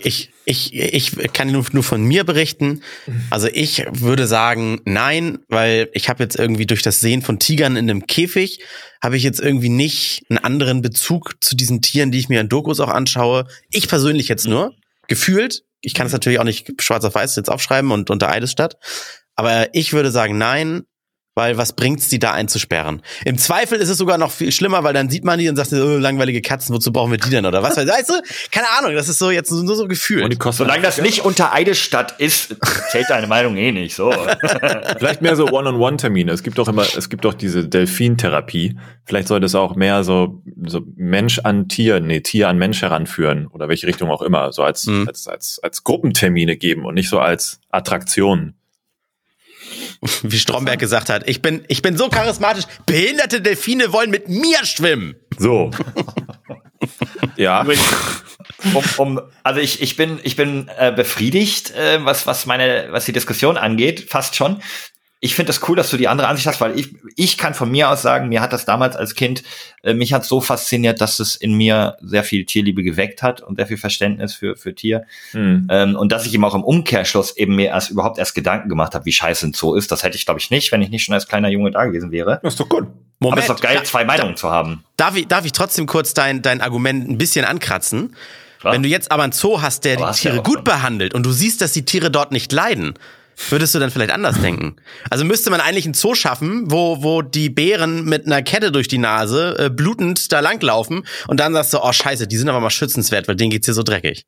Speaker 1: kann nur von mir berichten. Also ich würde sagen, nein, weil ich habe jetzt irgendwie durch das Sehen von Tigern in einem Käfig, habe ich jetzt irgendwie nicht einen anderen Bezug zu diesen Tieren, die ich mir in Dokus auch anschaue. Ich persönlich jetzt nur, gefühlt. Ich kann es natürlich auch nicht schwarz auf weiß jetzt aufschreiben und unter Eidesstadt. Aber ich würde sagen, nein, weil was bringt's, die da einzusperren? Im Zweifel ist es sogar noch viel schlimmer, weil dann sieht man die und sagt, langweilige Katzen, wozu brauchen wir die denn? Oder was? Weißt du? Keine Ahnung, das ist so jetzt nur so gefühlt.
Speaker 4: Solange das nicht unter Eidesstadt ist, zählt deine Meinung eh nicht. So.
Speaker 3: Vielleicht mehr so One-on-One-Termine. Es gibt doch diese Delfintherapie. Vielleicht soll das auch mehr so Mensch an Tier, Tier an Mensch heranführen oder welche Richtung auch immer, so als Gruppentermine geben und nicht so als Attraktionen.
Speaker 1: Wie Stromberg gesagt hat, ich bin so charismatisch, behinderte Delfine wollen mit mir schwimmen.
Speaker 3: So. Ja.
Speaker 4: Also ich bin befriedigt, was die Diskussion angeht, fast schon. Ich finde es cool, dass du die andere Ansicht hast, weil ich kann von mir aus sagen, mir hat das damals als Kind, mich hat so fasziniert, dass es in mir sehr viel Tierliebe geweckt hat und sehr viel Verständnis für Tier. Und dass ich eben auch im Umkehrschluss eben mir überhaupt erst Gedanken gemacht habe, wie scheiße ein Zoo ist. Das hätte ich, glaube ich, nicht, wenn ich nicht schon als kleiner Junge da gewesen wäre.
Speaker 3: Das ist doch gut.
Speaker 4: Aber es ist doch geil, zwei Meinungen zu haben.
Speaker 1: Darf ich trotzdem kurz dein Argument ein bisschen ankratzen? Klar. Wenn du jetzt aber einen Zoo hast, der die Tiere gut behandelt und du siehst, dass die Tiere dort nicht leiden, würdest du dann vielleicht anders denken? Also müsste man eigentlich einen Zoo schaffen, wo die Bären mit einer Kette durch die Nase blutend da langlaufen und dann sagst du, oh scheiße, die sind aber mal schützenswert, weil denen geht's hier so dreckig.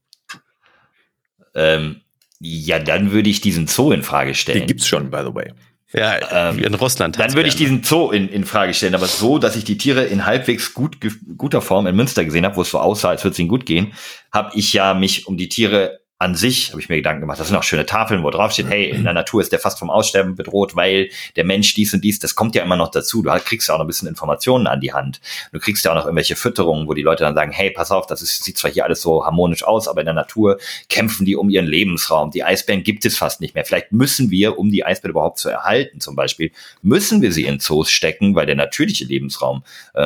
Speaker 4: Ja, dann würde ich diesen Zoo in Frage stellen.
Speaker 3: Den gibt's schon, by the way.
Speaker 1: Ja, in Russland.
Speaker 4: Dann würde ich diesen Zoo in Frage stellen, aber so, dass ich die Tiere in halbwegs guter Form in Münster gesehen habe, wo es so aussah, als würde es ihnen gut gehen, habe ich ja mich um die Tiere an sich, habe ich mir Gedanken gemacht. Das sind auch schöne Tafeln, wo drauf steht, hey, in der Natur ist der fast vom Aussterben bedroht, weil der Mensch dies und dies, das kommt ja immer noch dazu. Du kriegst ja auch noch ein bisschen Informationen an die Hand. Du kriegst ja auch noch irgendwelche Fütterungen, wo die Leute dann sagen, hey, pass auf, sieht zwar hier alles so harmonisch aus, aber in der Natur kämpfen die um ihren Lebensraum. Die Eisbären gibt es fast nicht mehr. Vielleicht müssen wir, um die Eisbären überhaupt zu erhalten zum Beispiel, müssen wir sie in Zoos stecken, weil der natürliche Lebensraum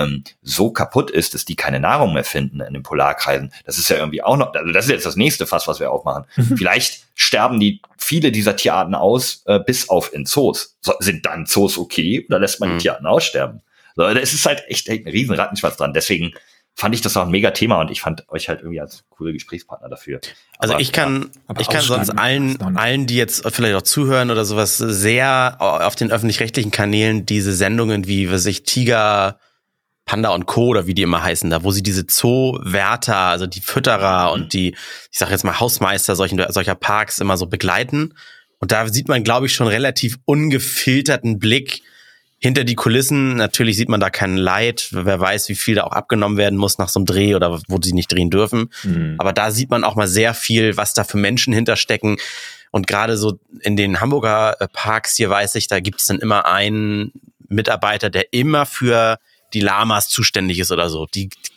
Speaker 4: so kaputt ist, dass die keine Nahrung mehr finden in den Polarkreisen. Das ist ja irgendwie auch noch, also das ist jetzt das nächste Fass, was wir aufmachen. Vielleicht sterben viele dieser Tierarten aus, bis auf in Zoos. Sind dann Zoos okay oder lässt man die Tierarten aussterben? So, es ist halt echt ein riesen Rattenschwanz dran. Deswegen fand ich das auch ein mega Thema und ich fand euch halt irgendwie als coole Gesprächspartner dafür.
Speaker 1: Also ich kann sonst allen, die jetzt vielleicht auch zuhören oder sowas, sehr auf den öffentlich-rechtlichen Kanälen diese Sendungen wie, Tiger, Panda und Co. oder wie die immer heißen, da wo sie diese Zoowärter, also die Fütterer und die, ich sag jetzt mal Hausmeister solcher Parks immer so begleiten. Und da sieht man, glaube ich, schon relativ ungefilterten Blick hinter die Kulissen. Natürlich sieht man da keinen Leid. Wer weiß, wie viel da auch abgenommen werden muss nach so einem Dreh oder wo sie nicht drehen dürfen. Aber da sieht man auch mal sehr viel, was da für Menschen hinterstecken. Und gerade so in den Hamburger Parks hier weiß ich, da gibt es dann immer einen Mitarbeiter, der immer für die Lamas zuständig ist oder so.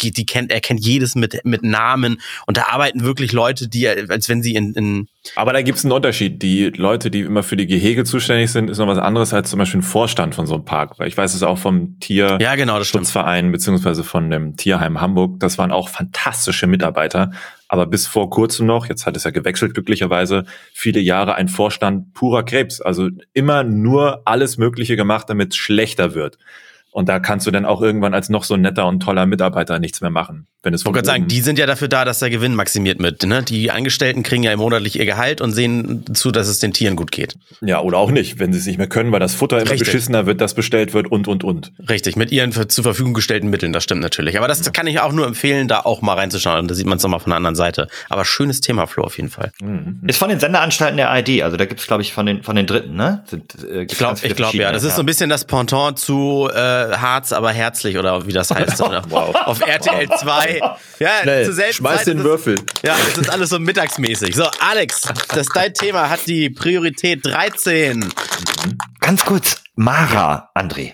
Speaker 1: Er kennt jedes mit Namen und da arbeiten wirklich Leute, die, als wenn sie in
Speaker 3: Aber da gibt's einen Unterschied. Die Leute, die immer für die Gehege zuständig sind, ist noch was anderes als zum Beispiel ein Vorstand von so einem Park. Weil ich weiß es auch vom Tierschutzverein beziehungsweise von dem Tierheim Hamburg. Das waren auch fantastische Mitarbeiter. Aber bis vor kurzem noch, jetzt hat es ja gewechselt glücklicherweise, viele Jahre ein Vorstand purer Krebs. Also immer nur alles Mögliche gemacht, damit es schlechter wird. Und da kannst du dann auch irgendwann als noch so ein netter und toller Mitarbeiter nichts mehr machen. Wenn es
Speaker 1: ich wollte gerade sagen, die sind ja dafür da, dass der Gewinn maximiert wird. Ne? Die Angestellten kriegen ja monatlich ihr Gehalt und sehen zu, dass es den Tieren gut geht.
Speaker 3: Ja, oder auch nicht, wenn sie es nicht mehr können, weil das Futter immer beschissener wird, das bestellt wird und.
Speaker 1: Richtig, mit ihren zur Verfügung gestellten Mitteln, das stimmt natürlich. Aber das kann ich auch nur empfehlen, da auch mal reinzuschauen. Da sieht man es nochmal von der anderen Seite. Aber schönes Thema, Flo, auf jeden Fall.
Speaker 4: Ist von den Senderanstalten der ARD, also da gibt's, glaube ich, von den Dritten, ne?
Speaker 1: Ich glaube, ja. Das ist so ein bisschen das Pendant zu Harz, aber herzlich, oder wie das heißt. Oder? Wow. Auf RTL 2. Ja,
Speaker 3: schmeiß den Würfel.
Speaker 1: Ja, das ist alles so mittagsmäßig. So, Alex, dein Thema hat die Priorität 13.
Speaker 4: Ganz kurz, Mara, André.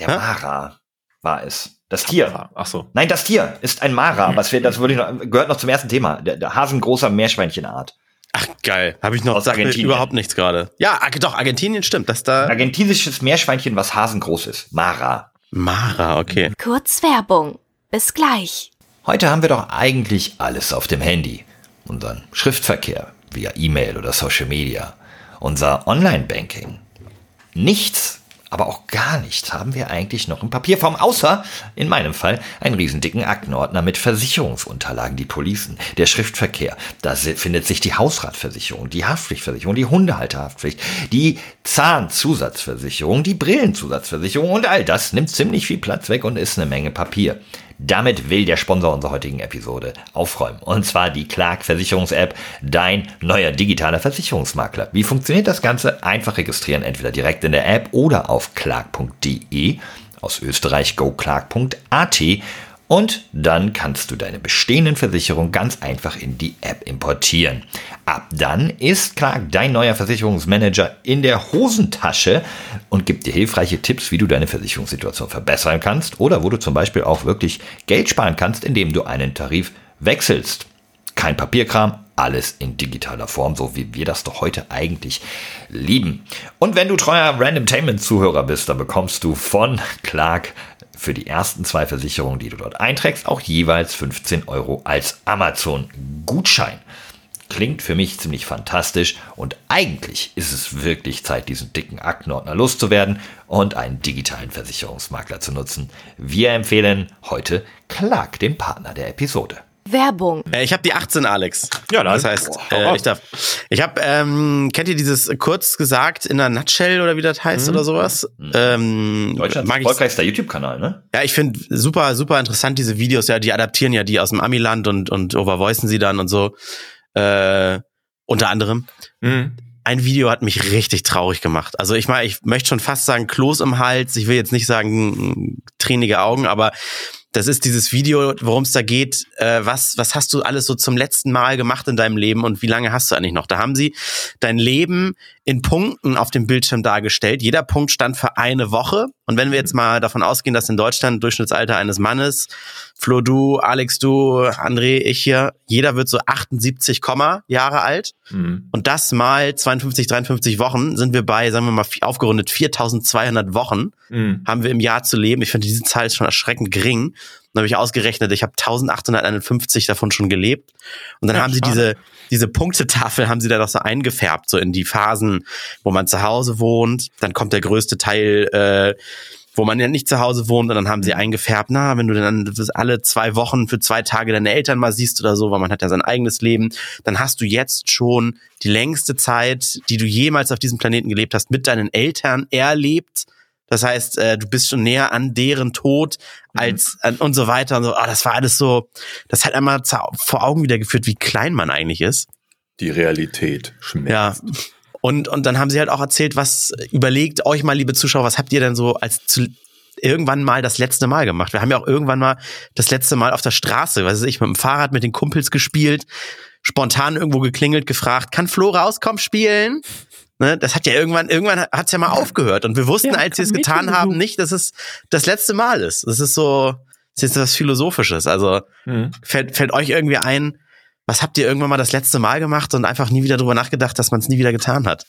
Speaker 4: Mara war es. Das Tier.
Speaker 3: Ach so.
Speaker 4: Nein, das Tier ist ein Mara, aber gehört noch zum ersten Thema. Der hasengroßer Meerschweinchenart.
Speaker 1: Ach, geil. Habe ich noch überhaupt nichts gerade. Ja, doch, Argentinien stimmt.
Speaker 4: Argentinisches Meerschweinchen, was hasengroß ist. Mara,
Speaker 1: okay.
Speaker 5: Kurz Werbung. Bis gleich.
Speaker 4: Heute haben wir doch eigentlich alles auf dem Handy. Unseren Schriftverkehr via E-Mail oder Social Media. Unser Online-Banking. Nichts, aber auch gar nichts haben wir eigentlich noch in Papierform, außer, in meinem Fall, einen riesendicken Aktenordner mit Versicherungsunterlagen, die Policen, der Schriftverkehr. Da findet sich die Hausratversicherung, die Haftpflichtversicherung, die Hundehalterhaftpflicht, die Zahnzusatzversicherung, die Brillenzusatzversicherung und all das nimmt ziemlich viel Platz weg und ist eine Menge Papier. Damit will der Sponsor unserer heutigen Episode aufräumen. Und zwar die Clark Versicherungs-App, dein neuer digitaler Versicherungsmakler. Wie funktioniert das Ganze? Einfach registrieren, entweder direkt in der App oder auf clark.de, aus Österreich goclark.at. Und dann kannst du deine bestehenden Versicherungen ganz einfach in die App importieren. Ab dann ist Clark dein neuer Versicherungsmanager in der Hosentasche und gibt dir hilfreiche Tipps, wie du deine Versicherungssituation verbessern kannst oder wo du zum Beispiel auch wirklich Geld sparen kannst, indem du einen Tarif wechselst. Kein Papierkram, alles in digitaler Form, so wie wir das doch heute eigentlich lieben. Und wenn du treuer Randomtainment-Zuhörer bist, dann bekommst du von Clark für die ersten 2 Versicherungen, die du dort einträgst, auch jeweils 15 € als Amazon-Gutschein. Klingt für mich ziemlich fantastisch und eigentlich ist es wirklich Zeit, diesen dicken Aktenordner loszuwerden und einen digitalen Versicherungsmakler zu nutzen. Wir empfehlen heute Clark, den Partner der Episode.
Speaker 5: Werbung.
Speaker 1: Ich habe die 18, Alex.
Speaker 3: Ja,
Speaker 1: das heißt, ich darf. Ich habe, kennt ihr dieses kurz gesagt in der Nutshell oder wie das heißt oder sowas?
Speaker 4: Deutschlands erfolgreichster YouTube-Kanal, ne?
Speaker 1: Ja, ich finde super, super interessant diese Videos. Ja, die adaptieren ja die aus dem Amiland und overvoicen sie dann und so. Unter anderem. Ein Video hat mich richtig traurig gemacht. Also ich möchte schon fast sagen Kloß im Hals. Ich will jetzt nicht sagen tränige Augen, aber das ist dieses Video, worum es da geht. Was hast du alles so zum letzten Mal gemacht in deinem Leben und wie lange hast du eigentlich noch? Da haben sie dein Leben in Punkten auf dem Bildschirm dargestellt. Jeder Punkt stand für eine Woche. Und wenn wir jetzt mal davon ausgehen, dass in Deutschland Durchschnittsalter eines Mannes, Flo, du, Alex, du, André, ich hier, jeder wird so 78, Jahre alt. Und das mal 52, 53 Wochen sind wir bei, sagen wir mal aufgerundet, 4200 Wochen haben wir im Jahr zu leben. Ich finde, diese Zahl ist schon erschreckend gering. Dann habe ich ausgerechnet, ich habe 1851 davon schon gelebt. Und dann haben sie diese Punktetafel haben sie da doch so eingefärbt, so in die Phasen, wo man zu Hause wohnt. Dann kommt der größte Teil, wo man ja nicht zu Hause wohnt. Und dann haben sie eingefärbt, wenn du dann alle 2 Wochen für 2 Tage deine Eltern mal siehst oder so, weil man hat ja sein eigenes Leben, dann hast du jetzt schon die längste Zeit, die du jemals auf diesem Planeten gelebt hast, mit deinen Eltern erlebt. Das heißt, du bist schon näher an deren Tod als und so weiter und so. Das war alles so, das hat einmal vor Augen wieder geführt, wie klein man eigentlich ist.
Speaker 3: Die Realität schmerzt.
Speaker 1: Ja. Und dann haben sie halt auch erzählt, überlegt euch mal, liebe Zuschauer, was habt ihr denn so irgendwann mal das letzte Mal gemacht? Wir haben ja auch irgendwann mal das letzte Mal auf der Straße, mit dem Fahrrad mit den Kumpels gespielt, spontan irgendwo geklingelt, gefragt, kann Flo rauskommen spielen? Ne, das hat ja irgendwann hat es ja mal aufgehört und wir wussten, als sie es getan haben, nicht, dass es das letzte Mal ist. Das ist was Philosophisches. Also fällt euch irgendwie ein, was habt ihr irgendwann mal das letzte Mal gemacht und einfach nie wieder drüber nachgedacht, dass man es nie wieder getan hat?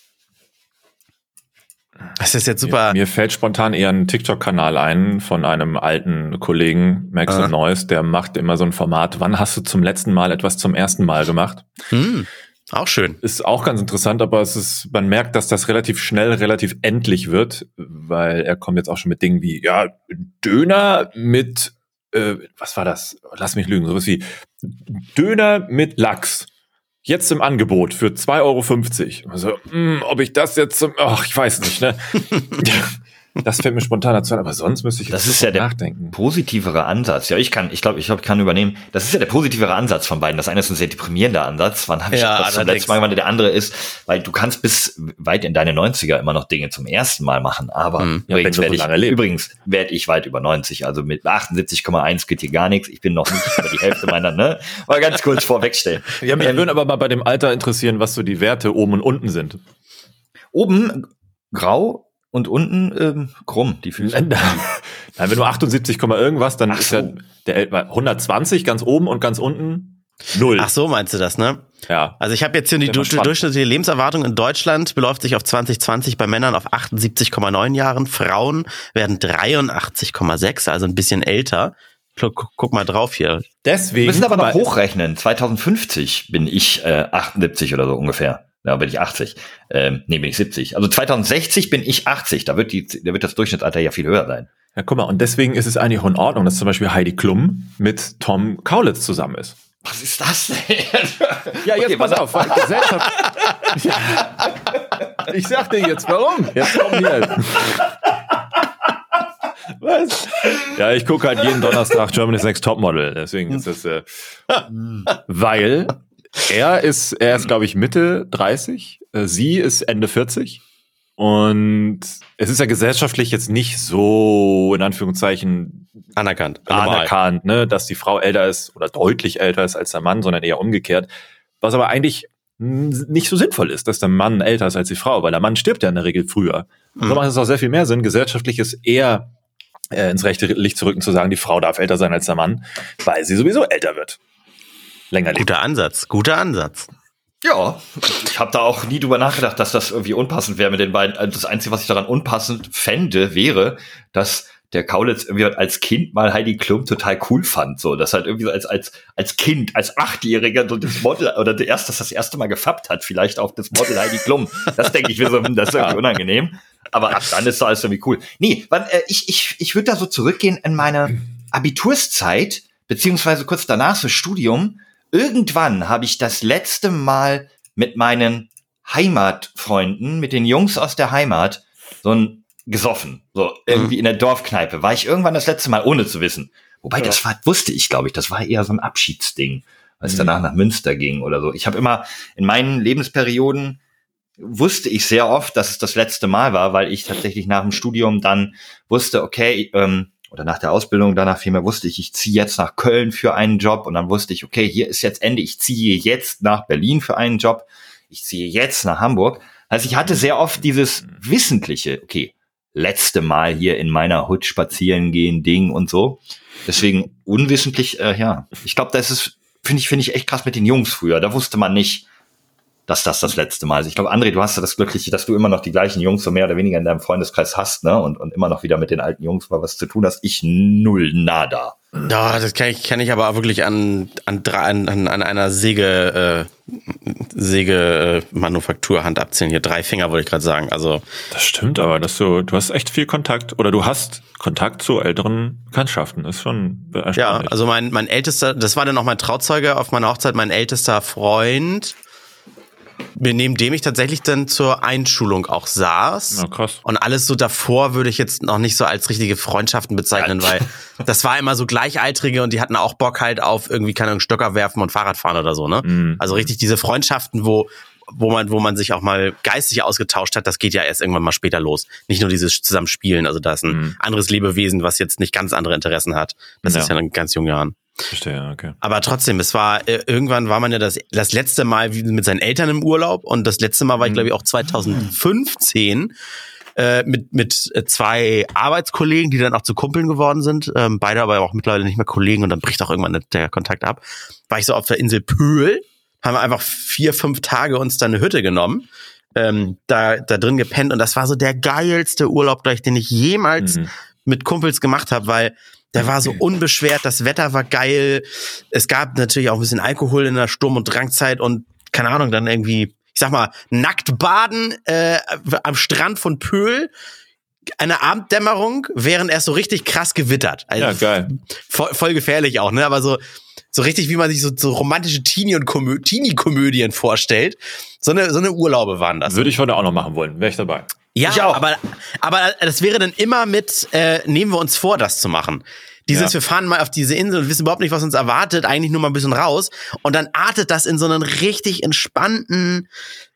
Speaker 1: Das ist jetzt super.
Speaker 3: Mir fällt spontan eher ein TikTok-Kanal ein von einem alten Kollegen, Max Noise, der macht immer so ein Format, wann hast du zum letzten Mal etwas zum ersten Mal gemacht?
Speaker 1: Auch schön.
Speaker 3: Ist auch ganz interessant, aber man merkt, dass das relativ schnell, relativ endlich wird, weil er kommt jetzt auch schon mit Dingen wie, Döner mit, was war das? Lass mich lügen, sowas wie Döner mit Lachs. Jetzt im Angebot für 2,50 €. Also, ob ich das jetzt ich weiß nicht, ne? Das fällt mir spontan dazu an, aber sonst müsste ich jetzt nachdenken.
Speaker 4: Positivere Ansatz. Ja, ich glaube, ich kann übernehmen. Das ist ja der positivere Ansatz von beiden. Das eine ist ein sehr deprimierender Ansatz. Wann habe ich das zum letzten Mal gemacht? Der andere ist, weil du kannst bis weit in deine 90er immer noch Dinge zum ersten Mal machen. Aber übrigens werde ich weit über 90. Also mit 78,1 geht hier gar nichts. Ich bin noch nicht über die Hälfte meiner, ne? Mal ganz kurz vorwegstellen.
Speaker 3: Ja, mich würden aber mal bei dem Alter interessieren, was so die Werte oben und unten sind.
Speaker 4: Oben grau. Und unten krumm, die Füße.
Speaker 3: Nein, wenn du 78, irgendwas, dann ist ja der 120 ganz oben und ganz unten 0.
Speaker 1: Ach so, meinst du das, ne?
Speaker 3: Ja.
Speaker 1: Also ich habe jetzt hier die durchschnittliche Lebenserwartung in Deutschland beläuft sich auf 2020 bei Männern auf 78,9 Jahren. Frauen werden 83,6, also ein bisschen älter. Guck mal drauf hier.
Speaker 4: Deswegen. Wir müssen aber noch hochrechnen. 2050 bin ich 78 oder so ungefähr. Ja, bin ich 80. Bin ich 70. Also 2060 bin ich 80. Da wird das Durchschnittsalter ja viel höher sein.
Speaker 3: Ja, guck mal, und deswegen ist es eigentlich auch in Ordnung, dass zum Beispiel Heidi Klum mit Tom Kaulitz zusammen ist.
Speaker 4: Was ist das denn?
Speaker 3: Ja, jetzt pass auf. Gesellschaft. Ich sag dir jetzt, warum? Jetzt kommen die halt. Was? Ja, ich gucke halt jeden Donnerstag Germany's Next Topmodel. Deswegen ist das, weil er ist, glaube ich, Mitte 30. Sie ist Ende 40. Und es ist ja gesellschaftlich jetzt nicht so, in Anführungszeichen,
Speaker 1: anerkannt,
Speaker 3: ne, dass die Frau älter ist oder deutlich älter ist als der Mann, sondern eher umgekehrt. Was aber eigentlich nicht so sinnvoll ist, dass der Mann älter ist als die Frau, weil der Mann stirbt ja in der Regel früher. Und so macht es auch sehr viel mehr Sinn, gesellschaftlich ist eher ins rechte Licht zu rücken, zu sagen, die Frau darf älter sein als der Mann, weil sie sowieso älter wird. Länger lebt.
Speaker 1: Guter Ansatz.
Speaker 4: Ja, ich habe da auch nie drüber nachgedacht, dass das irgendwie unpassend wäre mit den beiden. Also das Einzige, was ich daran unpassend fände, wäre, dass der Kaulitz irgendwie als Kind mal Heidi Klum total cool fand. So, das halt irgendwie so als Kind, als 8-Jähriger so das Model oder das erste Mal gefappt hat, vielleicht auf das Model Heidi Klum. Das denke ich, das ist irgendwie unangenehm. Aber ab dann ist so alles irgendwie cool. Nee, ich würde da so zurückgehen in meine Abiturszeit, beziehungsweise kurz danach so Studium. Irgendwann habe ich das letzte Mal mit meinen Heimatfreunden, mit den Jungs aus der Heimat, gesoffen. So, irgendwie in der Dorfkneipe. War ich irgendwann das letzte Mal, ohne zu wissen. Wobei, wusste ich, glaube ich, das war eher so ein Abschiedsding, als danach nach Münster ging oder so. Ich habe immer, in meinen Lebensperioden, wusste ich sehr oft, dass es das letzte Mal war, weil ich tatsächlich nach dem Studium dann wusste, okay, oder nach der Ausbildung danach vielmehr wusste ich ziehe jetzt nach Köln für einen Job und dann wusste ich, okay, hier ist jetzt Ende, ich ziehe jetzt nach Berlin für einen Job, ich ziehe jetzt nach Hamburg. Also ich hatte sehr oft dieses wissentliche, okay, letzte Mal hier in meiner Hut spazieren gehen Ding und so. Deswegen unwissentlich, ich glaube, das ist, finde ich echt krass mit den Jungs früher. Da wusste man nicht, dass das letzte Mal ist. Ich glaube, André, du hast ja das Glückliche, dass du immer noch die gleichen Jungs so mehr oder weniger in deinem Freundeskreis hast, ne? Und immer noch wieder mit den alten Jungs mal was zu tun hast. Ich null, nada.
Speaker 1: Ja, das kann ich aber wirklich an einer Sägemanufakturhand abzählen. Hier 3 Finger, wollte ich gerade sagen. Also
Speaker 3: das stimmt, aber du hast echt viel Kontakt oder du hast Kontakt zu älteren Bekanntschaften. Ist schon erstaunlich.
Speaker 1: Ja, also mein ältester, das war dann auch mein Trauzeuge auf meiner Hochzeit, mein ältester Freund, neben dem ich tatsächlich dann zur Einschulung auch saß.
Speaker 3: Ja, krass.
Speaker 1: Und alles so davor würde ich jetzt noch nicht so als richtige Freundschaften bezeichnen, weil das war immer so Gleichaltrige und die hatten auch Bock halt auf irgendwie, keine Ahnung, Stöcker werfen und Fahrradfahren oder so, ne? Mhm. Also richtig diese Freundschaften, wo man sich auch mal geistig ausgetauscht hat, das geht ja erst irgendwann mal später los. Nicht nur dieses Zusammenspielen, also da ist ein anderes Lebewesen, was jetzt nicht ganz andere Interessen hat. Das ist ja in ganz jungen Jahren.
Speaker 3: Verstehe, okay.
Speaker 1: Aber trotzdem, irgendwann war man ja das letzte Mal mit seinen Eltern im Urlaub und das letzte Mal war ich, glaube ich, auch 2015 mit 2 Arbeitskollegen, die dann auch zu Kumpeln geworden sind, beide aber auch mittlerweile nicht mehr Kollegen und dann bricht auch irgendwann der Kontakt ab. War ich so auf der Insel Pöhl, haben wir einfach 4-5 Tage uns da eine Hütte genommen, da drin gepennt und das war so der geilste Urlaub, den ich jemals mit Kumpels gemacht habe, weil der war so unbeschwert, das Wetter war geil, es gab natürlich auch ein bisschen Alkohol in der Sturm- und Drangzeit und keine Ahnung, dann irgendwie, ich sag mal, nackt baden am Strand von Pöhl, eine Abenddämmerung, während er so richtig krass gewittert. Also
Speaker 3: ja, geil.
Speaker 1: Voll gefährlich auch, ne? Aber so richtig, wie man sich so romantische Teenie-Komödien vorstellt. So eine Urlaube waren das.
Speaker 3: Würde ich heute auch noch machen wollen, wäre ich dabei.
Speaker 1: Ja, aber das wäre dann immer mit, nehmen wir uns vor, das zu machen. Wir fahren mal auf diese Insel und wissen überhaupt nicht, was uns erwartet, eigentlich nur mal ein bisschen raus. Und dann artet das in so einen richtig entspannten,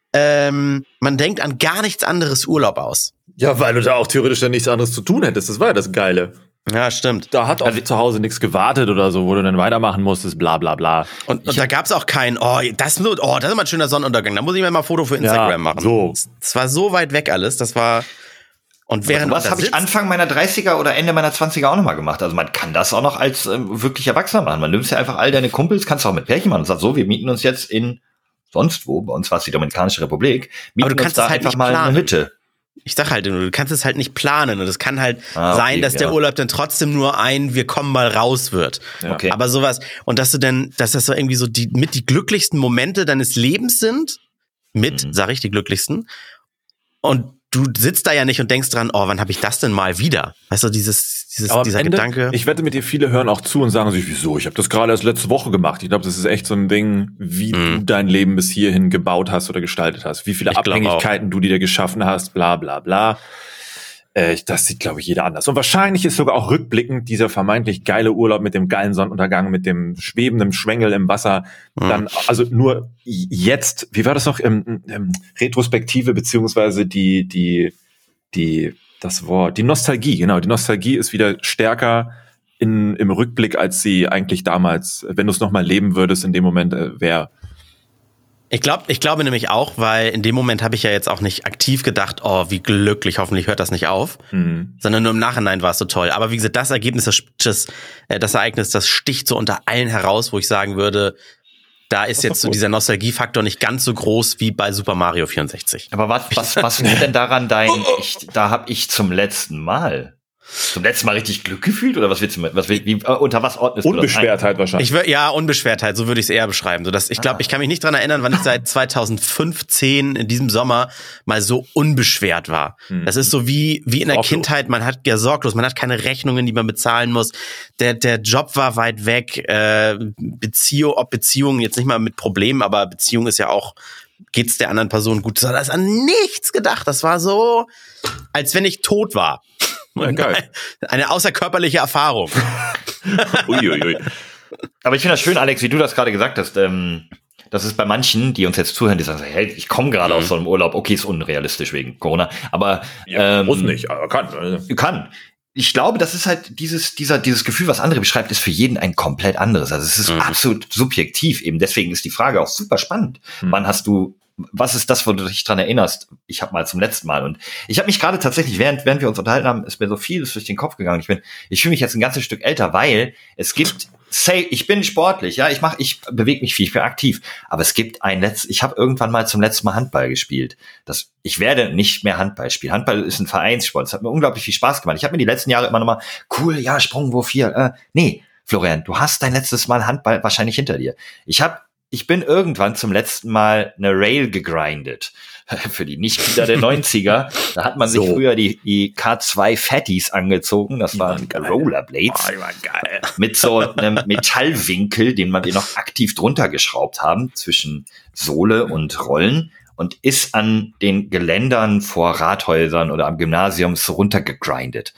Speaker 1: man denkt an gar nichts anderes Urlaub aus.
Speaker 3: Ja, weil du da auch theoretisch dann nichts anderes zu tun hättest. Das war ja das Geile.
Speaker 1: Ja, stimmt.
Speaker 3: Da hat auch zu Hause nichts gewartet oder so, wo du dann weitermachen musstest, bla bla bla.
Speaker 1: Und da gab's auch kein, das ist mal ein schöner Sonnenuntergang, da muss ich mir mal ein Foto für Instagram machen.
Speaker 3: So.
Speaker 1: Das war so weit weg alles, das war... Und während
Speaker 4: was habe ich Anfang meiner 30er oder Ende meiner 20er auch nochmal gemacht. Also man kann das auch noch als wirklich Erwachsener machen. Man nimmt ja einfach all deine Kumpels, kannst du auch mit Pärchen machen und sagst so, wir mieten uns jetzt in sonst wo, bei uns war es die Dominikanische Republik, mieten
Speaker 1: aber du kannst
Speaker 4: uns da
Speaker 1: halt
Speaker 4: einfach mal eine Hütte.
Speaker 1: Ich sag halt, du kannst es halt nicht planen und es kann halt sein, dass der Urlaub dann trotzdem nur wir kommen mal raus wird.
Speaker 3: Ja. Okay.
Speaker 1: Aber sowas, und dass das so irgendwie so die glücklichsten Momente deines Lebens sind, sag ich, die glücklichsten. Und du sitzt da ja nicht und denkst dran, wann habe ich das denn mal wieder? Weißt du, dieser
Speaker 3: Ende,
Speaker 1: Gedanke.
Speaker 3: Ich wette mit dir, viele hören auch zu und sagen sich, wieso? Ich habe das gerade erst letzte Woche gemacht. Ich glaube, das ist echt so ein Ding, wie du dein Leben bis hierhin gebaut hast oder gestaltet hast. Wie viele Abhängigkeiten du dir geschaffen hast, bla bla bla. Das sieht, glaube ich, jeder anders. Und wahrscheinlich ist sogar auch rückblickend dieser vermeintlich geile Urlaub mit dem geilen Sonnenuntergang, mit dem schwebenden Schwengel im Wasser, dann, also nur jetzt, wie war das noch, Retrospektive, beziehungsweise das Wort, die Nostalgie, genau, die Nostalgie ist wieder stärker im Rückblick, als sie eigentlich damals, wenn du es nochmal leben würdest, in dem Moment wäre.
Speaker 1: Ich glaube nämlich auch, weil in dem Moment habe ich ja jetzt auch nicht aktiv gedacht, wie glücklich, hoffentlich hört das nicht auf, sondern nur im Nachhinein war es so toll. Aber wie gesagt, das Ergebnis, das Ereignis, das sticht so unter allen heraus, wo ich sagen würde, Da ist jetzt so dieser Nostalgiefaktor nicht ganz so groß wie bei Super Mario 64.
Speaker 4: Aber was ist denn daran da habe ich zum letzten Mal richtig Glück gefühlt oder was willst du unter was ordnest du das ein?
Speaker 3: Unbeschwertheit wahrscheinlich.
Speaker 1: Unbeschwertheit, so würde ich es eher beschreiben. So dass ich glaube, ich kann mich nicht dran erinnern, wann ich seit 2015 in diesem Sommer mal so unbeschwert war. Das ist so wie in der Kindheit, man hat sorglos, man hat keine Rechnungen, die man bezahlen muss. Der Job war weit weg, Beziehungen jetzt nicht mal mit Problemen, aber Beziehung ist ja auch, geht's der anderen Person gut. Das ist an nichts gedacht. Das war so, als wenn ich tot war. Ja, geil. Eine außerkörperliche Erfahrung.
Speaker 4: Uiuiui. Aber ich finde das schön, Alex, wie du das gerade gesagt hast. Das ist bei manchen, die uns jetzt zuhören, die sagen, hey, ich komme gerade aus so einem Urlaub. Okay, ist unrealistisch wegen Corona. Aber
Speaker 3: muss nicht, aber kann.
Speaker 4: Ich glaube, das ist halt dieses Gefühl, was André beschreibt, ist für jeden ein komplett anderes. Also es ist absolut subjektiv eben. Deswegen ist die Frage auch super spannend. Was ist das, wo du dich dran erinnerst? Ich habe mal zum letzten Mal und ich habe mich gerade tatsächlich, während wir uns unterhalten haben, ist mir so vieles durch den Kopf gegangen. Ich fühle mich jetzt ein ganzes Stück älter, weil es gibt, ich bin sportlich, ja, ich bewege mich viel, ich bin aktiv, aber es gibt ich habe irgendwann mal zum letzten Mal Handball gespielt. Ich werde nicht mehr Handball spielen. Handball ist ein Vereinssport. Es hat mir unglaublich viel Spaß gemacht. Ich habe mir die letzten Jahre immer noch mal, cool, ja, Sprungwurf hier. Nee, Florian, du hast dein letztes Mal Handball wahrscheinlich hinter dir. Ich bin irgendwann zum letzten Mal eine Rail gegrindet. Für die Nichtkinder der 90er. Da hat man sich früher die K2 Fatties angezogen. Das waren Rollerblades. Oh, die waren geil. Mit so einem Metallwinkel, den man noch aktiv drunter geschraubt haben, zwischen Sohle und Rollen. Und ist an den Geländern vor Rathäusern oder am Gymnasium so runtergegrindet.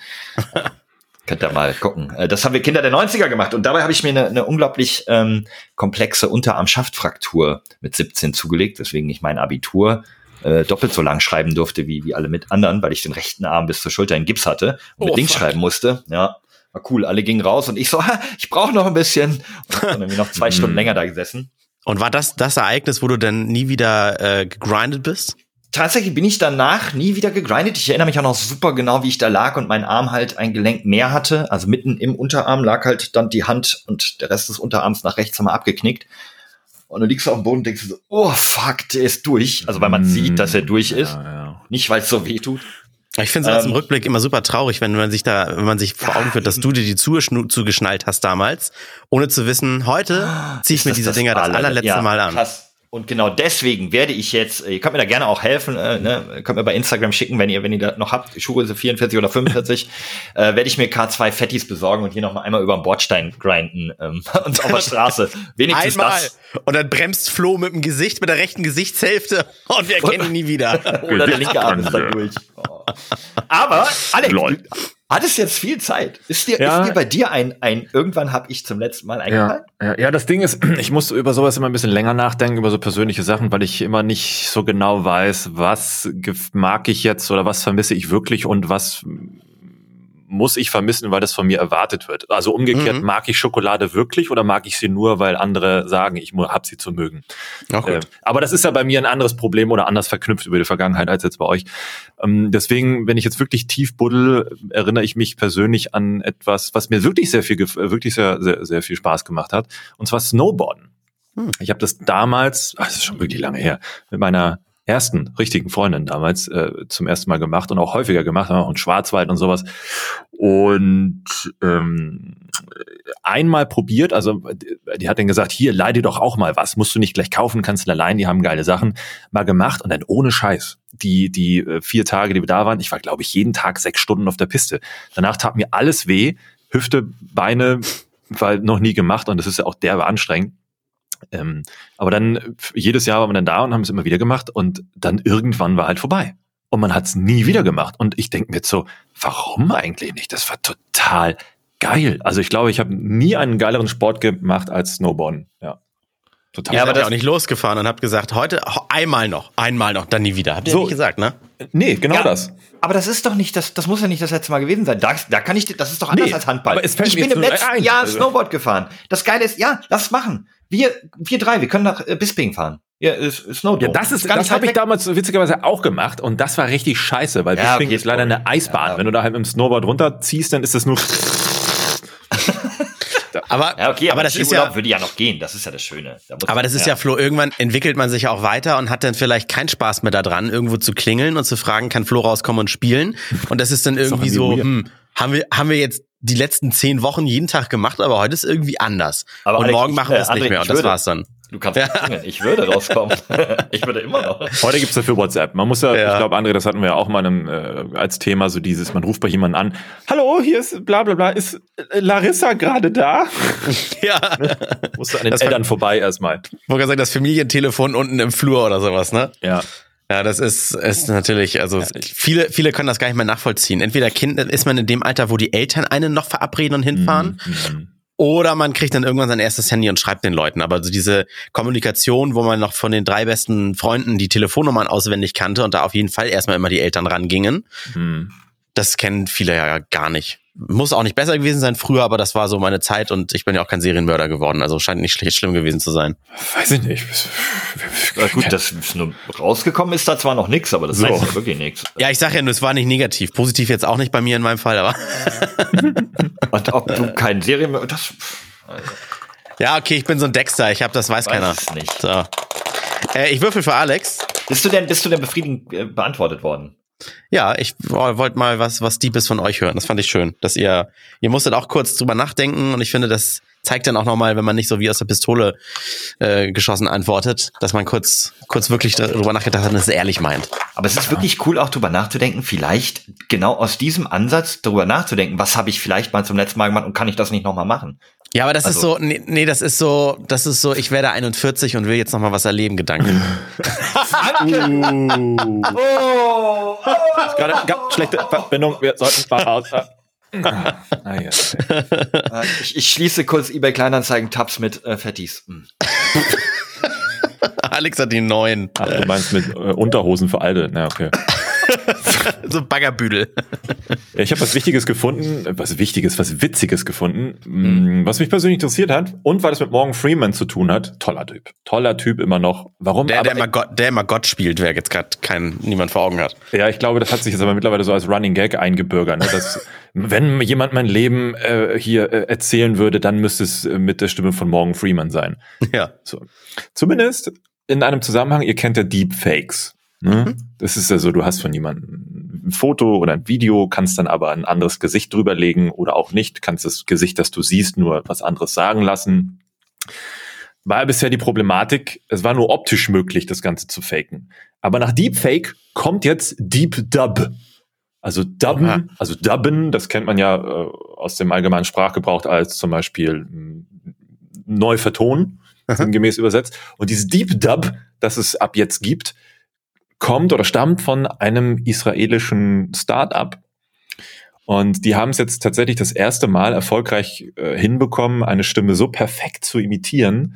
Speaker 4: Könnt ihr mal gucken. Das haben wir Kinder der 90er gemacht. Und dabei habe ich mir eine unglaublich komplexe Unterarm-Schaftfraktur mit 17 zugelegt, weswegen ich mein Abitur doppelt so lang schreiben durfte wie alle mit anderen, weil ich den rechten Arm bis zur Schulter in Gips hatte und mit links schreiben musste. Ja, war cool. Alle gingen raus und ich so, ich brauche noch ein bisschen. Und dann irgendwie noch 2 Stunden länger da gesessen.
Speaker 1: Und war das Ereignis, wo du dann nie wieder gegrindet bist?
Speaker 4: Tatsächlich bin ich danach nie wieder gegrindet. Ich erinnere mich auch noch super genau, wie ich da lag und mein Arm halt ein Gelenk mehr hatte. Also mitten im Unterarm lag halt dann die Hand und der Rest des Unterarms nach rechts einmal abgeknickt. Und du liegst auf dem Boden und denkst so, oh fuck, der ist durch. Also weil man sieht, dass er durch ist. Ja. Nicht, weil es so weh tut.
Speaker 1: Ich finde es im Rückblick immer super traurig, wenn man sich vor Augen führt, dass du dir die zugeschnallt hast damals, ohne zu wissen, heute ziehe ich mir diese Dinger das allerletzte Mal an.
Speaker 4: Krass. Und genau deswegen werde ich jetzt, ihr könnt mir da gerne auch helfen, könnt mir bei Instagram schicken, wenn ihr da noch habt, Schuhgröße 44 oder 45, werde ich mir K2 Fatties besorgen und hier noch mal einmal über den Bordstein grinden und auf der Straße. Wenigstens einmal. Das.
Speaker 1: Und dann bremst Flo mit dem Gesicht, mit der rechten Gesichtshälfte und wir erkennen ihn nie wieder.
Speaker 4: Oder der linke Arm ist dann durch. Oh. Aber, Alex, hattest jetzt viel Zeit. Ist dir bei dir irgendwann habe ich zum letzten Mal eingefallen?
Speaker 3: Ja, das Ding ist, ich muss über sowas immer ein bisschen länger nachdenken, über so persönliche Sachen, weil ich immer nicht so genau weiß, was mag ich jetzt oder was vermisse ich wirklich und was muss ich vermissen, weil das von mir erwartet wird. Also umgekehrt, mag ich Schokolade wirklich oder mag ich sie nur, weil andere sagen, ich hab sie zu mögen. Aber das ist ja bei mir ein anderes Problem oder anders verknüpft über die Vergangenheit als jetzt bei euch. Deswegen, wenn ich jetzt wirklich tief buddel, erinnere ich mich persönlich an etwas, was mir wirklich sehr viel Spaß gemacht hat, und zwar Snowboarden. Ich habe das damals, das ist schon wirklich lange her, mit meiner ersten richtigen Freundin damals zum ersten Mal gemacht und auch häufiger gemacht, und Schwarzwald und sowas. Und einmal probiert, also die hat dann gesagt, hier, leih dir doch auch mal was, musst du nicht gleich kaufen, kannst du allein, die haben geile Sachen, mal gemacht und dann ohne Scheiß. Die 4 Tage, die wir da waren, ich war, glaube ich, jeden Tag 6 Stunden auf der Piste. Danach tat mir alles weh, Hüfte, Beine, war noch nie gemacht und das ist ja auch derbe anstrengend. Aber dann, jedes Jahr waren wir dann da und haben es immer wieder gemacht und dann irgendwann war halt vorbei. Und man hat es nie wieder gemacht. Und ich denke mir jetzt so, warum eigentlich nicht? Das war total geil. Also ich glaube, ich habe nie einen geileren Sport gemacht als Snowboarden. Ja,
Speaker 1: total. Ja, aber das auch nicht losgefahren und habe gesagt, heute einmal noch, dann nie wieder. Habt ihr so, nicht gesagt, ne?
Speaker 3: Nee, genau das.
Speaker 4: Aber das ist doch nicht, das muss ja nicht das letzte Mal gewesen sein. Da kann ich, das ist doch anders als Handball.
Speaker 3: Aber
Speaker 4: ich bin im letzten Jahr Snowboard gefahren. Das Geile ist, lass es machen. Wir 3, wir können nach Bisping fahren. Ja, Snowboard.
Speaker 3: Ja, das habe ich damals witzigerweise auch gemacht und das war richtig scheiße, weil Bisping ist leider eine Eisbahn. Ja. Wenn du da halt mit dem Snowboard runterziehst, dann ist das nur
Speaker 1: Aber,
Speaker 4: ja, okay,
Speaker 1: aber das ist ja,
Speaker 4: würde ja noch gehen, das ist ja das Schöne.
Speaker 1: Aber das ist ja, Flo, irgendwann entwickelt man sich auch weiter und hat dann vielleicht keinen Spaß mehr daran, irgendwo zu klingeln und zu fragen, kann Flo rauskommen und spielen? Und das ist dann irgendwie so, haben wir jetzt die letzten 10 Wochen jeden Tag gemacht, aber heute ist irgendwie anders. Aber und Alex, morgen machen wir es nicht mehr und das war's dann.
Speaker 4: Du kannst klingeln. Ich würde rauskommen. Ich würde immer noch.
Speaker 3: Heute gibt's dafür WhatsApp. Man muss ja. Ich glaube, André, das hatten wir ja auch mal als Thema, so dieses, man ruft bei jemandem an, hallo, hier ist bla bla bla, ist Larissa gerade da?
Speaker 1: Ja.
Speaker 3: Musst du an den Eltern vorbei erstmal.
Speaker 1: Ich wollte gerade sagen, das Familientelefon unten im Flur oder sowas, ne?
Speaker 3: Ja.
Speaker 1: Ja, das ist natürlich, also viele können das gar nicht mehr nachvollziehen. Entweder ist man in dem Alter, wo die Eltern einen noch verabreden und hinfahren, oder man kriegt dann irgendwann sein erstes Handy und schreibt den Leuten. Aber so diese Kommunikation, wo man noch von den 3 besten Freunden die Telefonnummern auswendig kannte und da auf jeden Fall erstmal immer die Eltern rangingen, das kennen viele ja gar nicht. Muss auch nicht besser gewesen sein früher, aber das war so meine Zeit und ich bin ja auch kein Serienmörder geworden, also scheint nicht schlimm gewesen zu sein.
Speaker 3: Weiß ich nicht.
Speaker 4: Ja, gut, das nur rausgekommen ist da zwar noch nichts, aber das heißt ja wirklich nichts.
Speaker 1: Ja, ich sag ja nur, es war nicht negativ. Positiv jetzt auch nicht bei mir in meinem Fall, aber.
Speaker 4: Und ob du kein Serienmörder...
Speaker 1: Ja, okay, ich bin so ein Dexter, das weiß keiner.
Speaker 4: Es nicht.
Speaker 1: So. Ich würfel für Alex.
Speaker 4: Bist du denn befriedigend beantwortet worden?
Speaker 1: Ja, ich wollte mal was Deepes von euch hören. Das fand ich schön, dass ihr musstet auch kurz drüber nachdenken und ich finde, das zeigt dann auch nochmal, wenn man nicht so wie aus der Pistole geschossen antwortet, dass man kurz wirklich darüber nachgedacht hat und es ehrlich meint.
Speaker 4: Aber es ist wirklich cool, auch drüber nachzudenken, vielleicht genau aus diesem Ansatz drüber nachzudenken, was habe ich vielleicht mal zum letzten Mal gemacht und kann ich das nicht nochmal machen?
Speaker 1: Ja, aber das ist so, das ist so, ich werde 41 und will jetzt noch mal was erleben, Gedanken.
Speaker 3: Gerade schlechte Verbindung, wir sollten mal raus.
Speaker 4: Ich schließe kurz eBay Kleinanzeigen-Tabs mit Fettis.
Speaker 1: Alex hat die 9.
Speaker 3: Ach, du meinst mit Unterhosen für Alte? Na, okay.
Speaker 1: So Baggerbüdel.
Speaker 3: Ja, ich habe was Witziges gefunden, was Witziges gefunden, was mich persönlich interessiert hat und weil es mit Morgan Freeman zu tun hat. Toller Typ immer noch. Warum?
Speaker 1: Der immer Gott spielt, wer jetzt gerade niemand vor Augen hat.
Speaker 3: Ja, ich glaube, das hat sich jetzt aber mittlerweile so als Running Gag eingebürgert. Ne? Dass, wenn jemand mein Leben hier erzählen würde, dann müsste es mit der Stimme von Morgan Freeman sein.
Speaker 1: Ja.
Speaker 3: So. Zumindest in einem Zusammenhang, ihr kennt ja Deepfakes. Ne? Das ist ja so, du hast von jemandem ein Foto oder ein Video, kannst dann aber ein anderes Gesicht drüberlegen oder auch nicht, kannst das Gesicht, das du siehst, nur was anderes sagen lassen. War bisher die Problematik, es war nur optisch möglich, das Ganze zu faken. Aber nach Deepfake kommt jetzt Deep Dub. Also Dubben, das kennt man ja aus dem allgemeinen Sprachgebrauch als zum Beispiel neu vertonen, sinngemäß übersetzt. Und dieses Deep Dub, das es ab jetzt gibt, kommt oder stammt von einem israelischen Start-up. Und die haben es jetzt tatsächlich das erste Mal erfolgreich hinbekommen, eine Stimme so perfekt zu imitieren,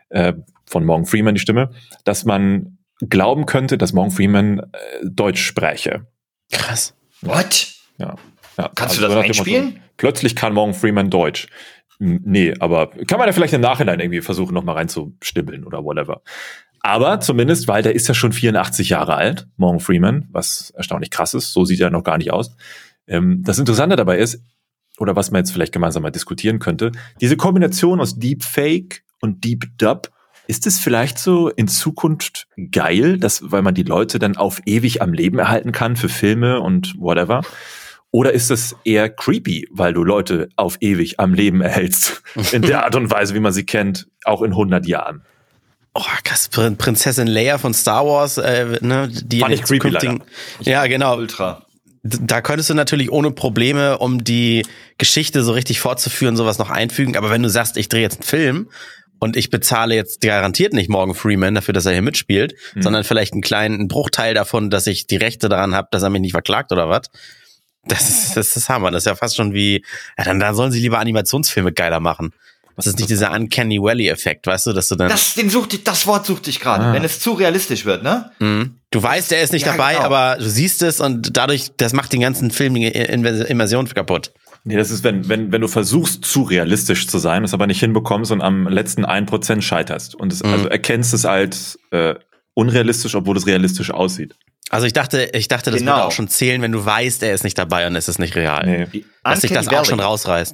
Speaker 3: von Morgan Freeman die Stimme, dass man glauben könnte, dass Morgan Freeman Deutsch spräche.
Speaker 1: Krass.
Speaker 4: What?
Speaker 3: Ja.
Speaker 4: Kannst du das einspielen?
Speaker 3: Plötzlich kann Morgan Freeman Deutsch. Nee, aber kann man ja vielleicht im Nachhinein irgendwie versuchen, nochmal reinzustibbeln oder whatever. Aber zumindest, weil der ist ja schon 84 Jahre alt, Morgan Freeman, was erstaunlich krass ist, so sieht er noch gar nicht aus. Das Interessante dabei ist, oder was man jetzt vielleicht gemeinsam mal diskutieren könnte, diese Kombination aus Deepfake und Deep Dub, ist es vielleicht so in Zukunft geil, weil man die Leute dann auf ewig am Leben erhalten kann für Filme und whatever? Oder ist es eher creepy, weil du Leute auf ewig am Leben erhältst, in der Art und Weise, wie man sie kennt, auch in 100 Jahren?
Speaker 1: Oh, krass, Prinzessin Leia von Star Wars, ne, die
Speaker 3: fand ich creepy leider.
Speaker 1: Ja, genau.
Speaker 4: Ultra.
Speaker 1: Da könntest du natürlich ohne Probleme, um die Geschichte so richtig fortzuführen, sowas noch einfügen. Aber wenn du sagst, ich drehe jetzt einen Film und ich bezahle jetzt garantiert nicht Morgan Freeman dafür, dass er hier mitspielt, sondern vielleicht einen Bruchteil davon, dass ich die Rechte daran habe, dass er mich nicht verklagt oder was. Das ist Hammer. Das ist ja fast schon wie, ja, dann sollen sie lieber Animationsfilme geiler machen. Das ist nicht dieser Uncanny Valley-Effekt, weißt du, dass du dann...
Speaker 4: Das Wort suchte ich gerade, wenn es zu realistisch wird, ne?
Speaker 1: Du weißt, er ist nicht dabei, genau. Aber du siehst es und dadurch, das macht den ganzen Film die Immersion kaputt.
Speaker 3: Nee, das ist, wenn du versuchst, zu realistisch zu sein, es aber nicht hinbekommst und am letzten 1% scheiterst und es, also erkennst es als unrealistisch, obwohl es realistisch aussieht.
Speaker 1: Also ich dachte, das würde auch schon zählen, wenn du weißt, er ist nicht dabei und es ist nicht real.
Speaker 3: Nee.
Speaker 1: Dass sich das auch schon rausreißt.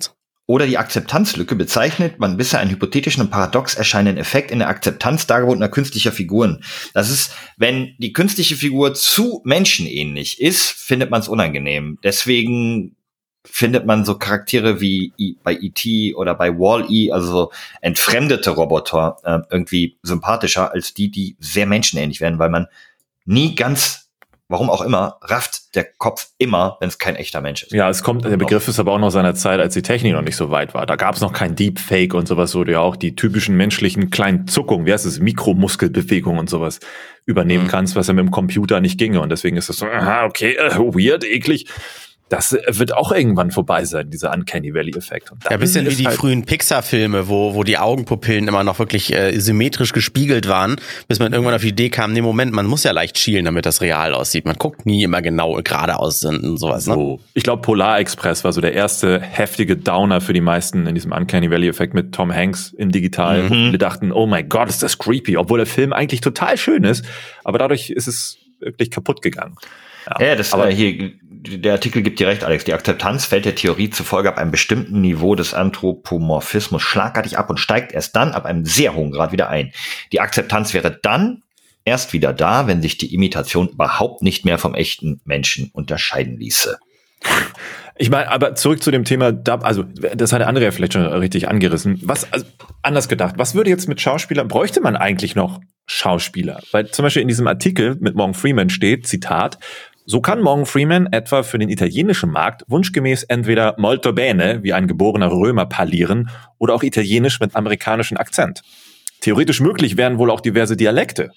Speaker 4: oder die Akzeptanzlücke bezeichnet man bisher einen hypothetischen und paradox erscheinenden Effekt in der Akzeptanz dargebotener künstlicher Figuren. Das ist, wenn die künstliche Figur zu menschenähnlich ist, findet man es unangenehm. Deswegen findet man so Charaktere wie bei E.T. oder bei Wall-E, also so entfremdete Roboter, irgendwie sympathischer als die sehr menschenähnlich werden, weil man nie ganz, warum auch immer, rafft der Kopf immer, wenn es kein echter Mensch ist.
Speaker 3: Ja, der Begriff ist aber auch noch seiner Zeit, als die Technik noch nicht so weit war. Da gab es noch kein Deepfake und sowas, wo du ja auch die typischen menschlichen kleinen Zuckungen, wie heißt es, Mikromuskelbewegungen und sowas übernehmen kannst, was ja mit dem Computer nicht ginge. Und deswegen ist das so, okay, weird, eklig. Das wird auch irgendwann vorbei sein, dieser Uncanny Valley-Effekt.
Speaker 1: Ja, ein bisschen wie die frühen Pixar-Filme, wo die Augenpupillen immer noch wirklich symmetrisch gespiegelt waren, bis man irgendwann auf die Idee kam, nee, Moment, man muss ja leicht schielen, damit das real aussieht. Man guckt nie immer genau geradeaus und sowas. Ne?
Speaker 3: So. Ich glaube, Polar Express war so der erste heftige Downer für die meisten in diesem Uncanny Valley-Effekt mit Tom Hanks im Digital. Wo viele dachten, oh mein Gott, ist das creepy, obwohl der Film eigentlich total schön ist, aber dadurch ist es wirklich kaputt gegangen.
Speaker 4: Ja, aber hier, der Artikel gibt dir recht, Alex. Die Akzeptanz fällt der Theorie zufolge ab einem bestimmten Niveau des Anthropomorphismus schlagartig ab und steigt erst dann ab einem sehr hohen Grad wieder ein. Die Akzeptanz wäre dann erst wieder da, wenn sich die Imitation überhaupt nicht mehr vom echten Menschen unterscheiden ließe.
Speaker 3: Ich meine, aber zurück zu dem Thema Dub, also das hat der andere ja vielleicht schon richtig angerissen. Anders gedacht, was würde jetzt mit Schauspielern, bräuchte man eigentlich noch Schauspieler? Weil zum Beispiel in diesem Artikel mit Morgan Freeman steht, Zitat, so kann Morgan Freeman etwa für den italienischen Markt wunschgemäß entweder molto bene, wie ein geborener Römer, parlieren oder auch italienisch mit amerikanischem Akzent. Theoretisch möglich wären wohl auch diverse Dialekte.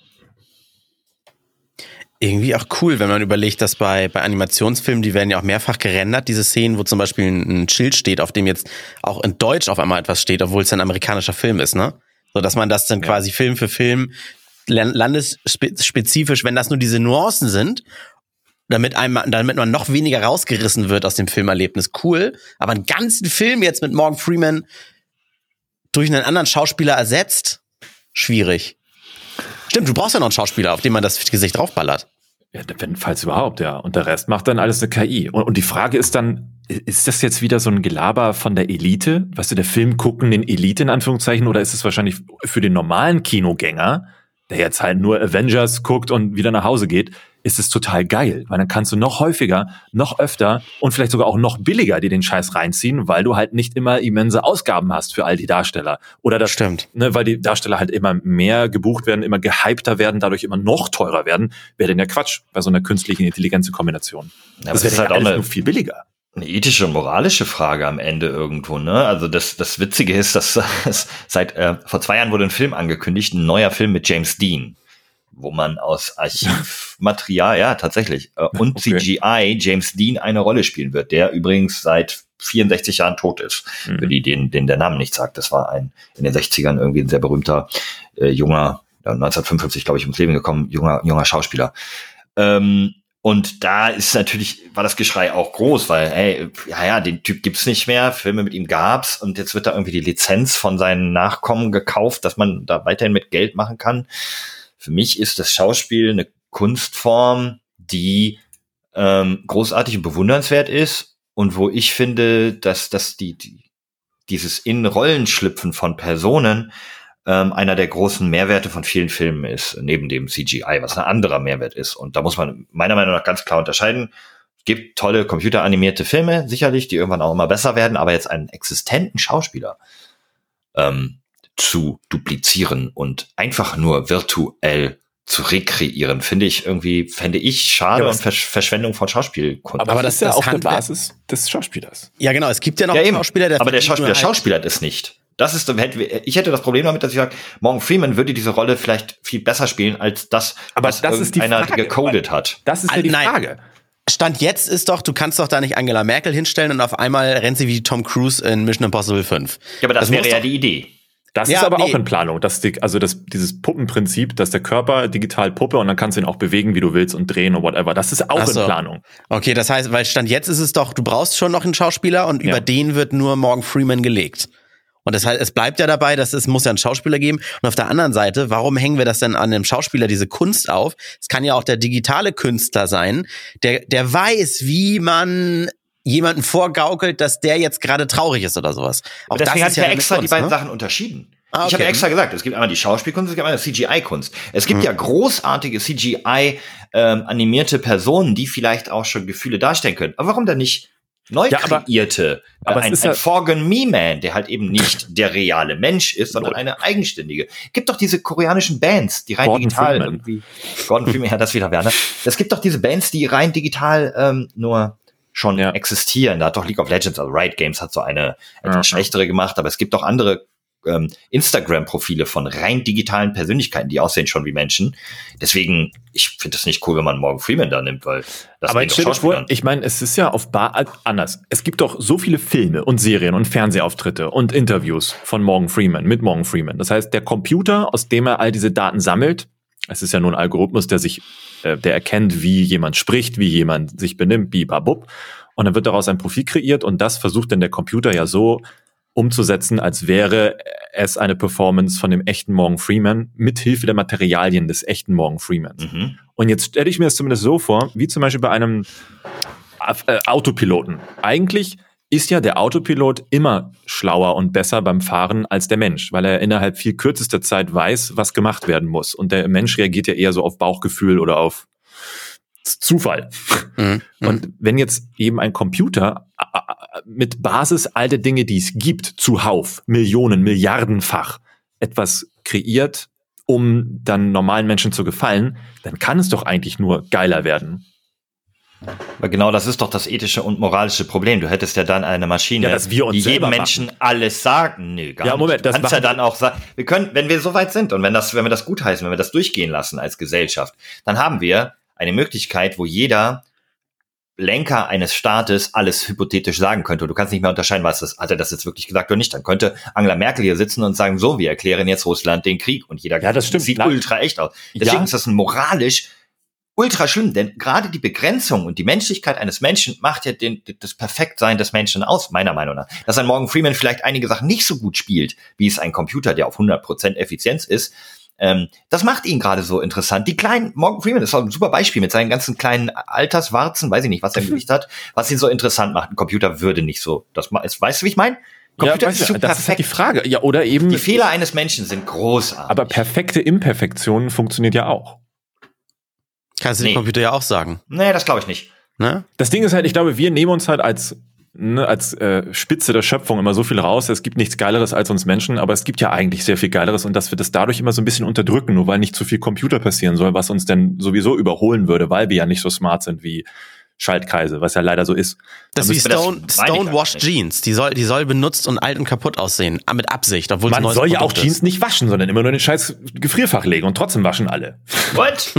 Speaker 1: Irgendwie auch cool, wenn man überlegt, dass bei Animationsfilmen, die werden ja auch mehrfach gerendert, diese Szenen, wo zum Beispiel ein Schild steht, auf dem jetzt auch in Deutsch auf einmal etwas steht, obwohl es ein amerikanischer Film ist, ne? So, dass man das dann quasi Film für Film landesspezifisch, wenn das nur diese Nuancen sind, damit man noch weniger rausgerissen wird aus dem Filmerlebnis. Cool, aber einen ganzen Film jetzt mit Morgan Freeman durch einen anderen Schauspieler ersetzt, schwierig. Stimmt, du brauchst ja noch einen Schauspieler, auf den man das Gesicht draufballert.
Speaker 3: Ja, falls überhaupt, ja. Und der Rest macht dann alles eine KI. Und die Frage ist dann, ist das jetzt wieder so ein Gelaber von der Elite? Weißt du, der Film gucken den Elite in Anführungszeichen, oder ist es wahrscheinlich für den normalen Kinogänger, der jetzt halt nur Avengers guckt und wieder nach Hause geht, ist es total geil, weil dann kannst du noch häufiger, noch öfter und vielleicht sogar auch noch billiger dir den Scheiß reinziehen, weil du halt nicht immer immense Ausgaben hast für all die Darsteller. Oder das
Speaker 1: stimmt,
Speaker 3: ne, weil die Darsteller halt immer mehr gebucht werden, immer gehypter werden, dadurch immer noch teurer werden, wäre denn ja Quatsch bei so einer künstlichen Intelligenz-Kombination.
Speaker 4: Ja, das wäre halt auch
Speaker 3: nur viel billiger.
Speaker 4: Eine ethische und moralische Frage am Ende irgendwo, ne? Also das Witzige ist, dass seit vor 2 Jahren wurde ein Film angekündigt, ein neuer Film mit James Dean, wo man aus Archivmaterial, ja tatsächlich, und okay, CGI James Dean eine Rolle spielen wird, der übrigens seit 64 Jahren tot ist, für die, den der Name nicht sagt. Das war in den 60ern irgendwie ein sehr berühmter, junger, 1955, glaube ich, ums Leben gekommen, junger Schauspieler. Und da ist natürlich, war das Geschrei auch groß, weil, hey, ja, den Typ gibt's nicht mehr, Filme mit ihm gab's und jetzt wird da irgendwie die Lizenz von seinen Nachkommen gekauft, dass man da weiterhin mit Geld machen kann. Für mich ist das Schauspiel eine Kunstform, die großartig und bewundernswert ist und wo ich finde, dass dieses In-Rollen-Schlüpfen von Personen einer der großen Mehrwerte von vielen Filmen ist, neben dem CGI, was ein anderer Mehrwert ist. Und da muss man meiner Meinung nach ganz klar unterscheiden. Es gibt tolle computeranimierte Filme, sicherlich, die irgendwann auch immer besser werden, aber jetzt einen existenten Schauspieler zu duplizieren und einfach nur virtuell zu rekreieren, fände ich schade und Verschwendung von Schauspielkunst.
Speaker 3: Aber das ist ja auf der Basis des Schauspielers.
Speaker 1: Ja, genau, es gibt ja noch einen Schauspieler,
Speaker 4: aber der Schauspieler schauspielert es nicht. Ich hätte das Problem damit, dass ich sage, Morgan Freeman würde diese Rolle vielleicht viel besser spielen, als das, was irgendeiner gecodet hat.
Speaker 3: Das ist ja die Frage.
Speaker 1: Stand jetzt ist doch, du kannst doch da nicht Angela Merkel hinstellen und auf einmal rennt sie wie Tom Cruise in Mission Impossible 5.
Speaker 4: Ja, aber das wäre ja die Idee.
Speaker 3: Das ist aber auch in Planung, dieses Puppenprinzip, dass der Körper digital Puppe und dann kannst du ihn auch bewegen, wie du willst und drehen und whatever. Das ist auch in Planung.
Speaker 1: Okay, das heißt, weil Stand jetzt ist es doch, du brauchst schon noch einen Schauspieler und über den wird nur Morgan Freeman gelegt. Und das heißt, es bleibt ja dabei, dass es muss ja einen Schauspieler geben. Und auf der anderen Seite, warum hängen wir das denn an dem Schauspieler, diese Kunst auf? Es kann ja auch der digitale Künstler sein, der weiß, wie man jemanden vorgaukelt, dass der jetzt gerade traurig ist oder sowas. Auch
Speaker 4: deswegen
Speaker 1: das
Speaker 4: hat ja extra Kunst, die beiden Sachen unterschieden.
Speaker 1: Okay.
Speaker 4: Ich habe ja extra gesagt, es gibt einmal die Schauspielkunst, es gibt einmal die CGI-Kunst. Es gibt ja großartige CGI-animierte Personen, die vielleicht auch schon Gefühle darstellen können. Aber warum dann nicht neu kreierte?
Speaker 3: Aber
Speaker 4: ein Forgan Me-Man, der halt eben nicht der reale Mensch ist, sondern eine eigenständige. Gibt doch diese koreanischen Bands, die rein digital irgendwie. Gordon Freeman, ja, das wieder Werner. Es gibt doch diese Bands, die rein digital nur schon existieren. Da hat doch League of Legends, also Riot Games hat so eine etwas schlechtere gemacht, aber es gibt doch andere Instagram-Profile von rein digitalen Persönlichkeiten, die aussehen schon wie Menschen. Deswegen, ich finde es nicht cool, wenn man Morgan Freeman da nimmt, weil das
Speaker 3: aber stell dir vor, ich meine, es ist ja auf anders. Es gibt doch so viele Filme und Serien und Fernsehauftritte und Interviews von Morgan Freeman, mit Morgan Freeman. Das heißt, der Computer, aus dem er all diese Daten sammelt, es ist ja nur ein Algorithmus, der erkennt, wie jemand spricht, wie jemand sich benimmt, bibabub. Und dann wird daraus ein Profil kreiert und das versucht dann der Computer ja so umzusetzen, als wäre es eine Performance von dem echten Morgan Freeman mit Hilfe der Materialien des echten Morgan Freemans. Und jetzt stelle ich mir das zumindest so vor, wie zum Beispiel bei einem Autopiloten. Eigentlich ist ja der Autopilot immer schlauer und besser beim Fahren als der Mensch, weil er innerhalb viel kürzester Zeit weiß, was gemacht werden muss. Und der Mensch reagiert ja eher so auf Bauchgefühl oder auf Zufall. Und wenn jetzt eben ein Computer mit Basis all der Dinge, die es gibt, zuhauf, Millionen, Milliardenfach etwas kreiert, um dann normalen Menschen zu gefallen, dann kann es doch eigentlich nur geiler werden.
Speaker 4: Aber genau das ist doch das ethische und moralische Problem. Du hättest ja dann eine Maschine,
Speaker 3: die jedem
Speaker 4: Menschen alles sagen. Nee, gar nicht. Du kannst ja dann auch sagen, wir können, wenn wir so weit sind und wenn wir das gutheißen, wenn wir das durchgehen lassen als Gesellschaft, dann haben wir eine Möglichkeit, wo jeder Lenker eines Staates alles hypothetisch sagen könnte. Und du kannst nicht mehr unterscheiden, hat er das jetzt wirklich gesagt oder nicht. Dann könnte Angela Merkel hier sitzen und sagen, so, wir erklären jetzt Russland den Krieg. Und jeder sieht ultra echt aus. Deswegen ist das ein moralisch ultra schlimm, denn gerade die Begrenzung und die Menschlichkeit eines Menschen macht ja das Perfektsein des Menschen aus, meiner Meinung nach. Dass ein Morgan Freeman vielleicht einige Sachen nicht so gut spielt, wie es ein Computer, der auf 100% Effizienz ist, das macht ihn gerade so interessant. Morgan Freeman ist auch ein super Beispiel mit seinen ganzen kleinen Alterswarzen, weiß ich nicht, was er im Gesicht hat, was ihn so interessant macht. Ein Computer würde nicht so, weißt du, wie ich meine? Computer ist super perfekt.
Speaker 3: Das ist halt die Frage. Ja, oder eben.
Speaker 4: Die Fehler eines Menschen sind großartig.
Speaker 3: Aber perfekte Imperfektion funktioniert ja auch.
Speaker 1: Kannst du dem Computer ja auch sagen.
Speaker 4: Nee, das glaube ich nicht.
Speaker 1: Ne?
Speaker 3: Das Ding ist halt, ich glaube, wir nehmen uns halt als Spitze der Schöpfung immer so viel raus. Es gibt nichts Geileres als uns Menschen, aber es gibt ja eigentlich sehr viel Geileres und dass wir das dadurch immer so ein bisschen unterdrücken, nur weil nicht zu viel Computer passieren soll, was uns denn sowieso überholen würde, weil wir ja nicht so smart sind wie Schaltkreise, was ja leider so ist.
Speaker 1: Das ist wie Stonewashed Jeans. Die soll benutzt und alt und kaputt aussehen. Mit Absicht, obwohl
Speaker 3: man soll ja auch Jeans nicht waschen, sondern immer nur in den scheiß Gefrierfach legen und trotzdem waschen alle.
Speaker 4: What?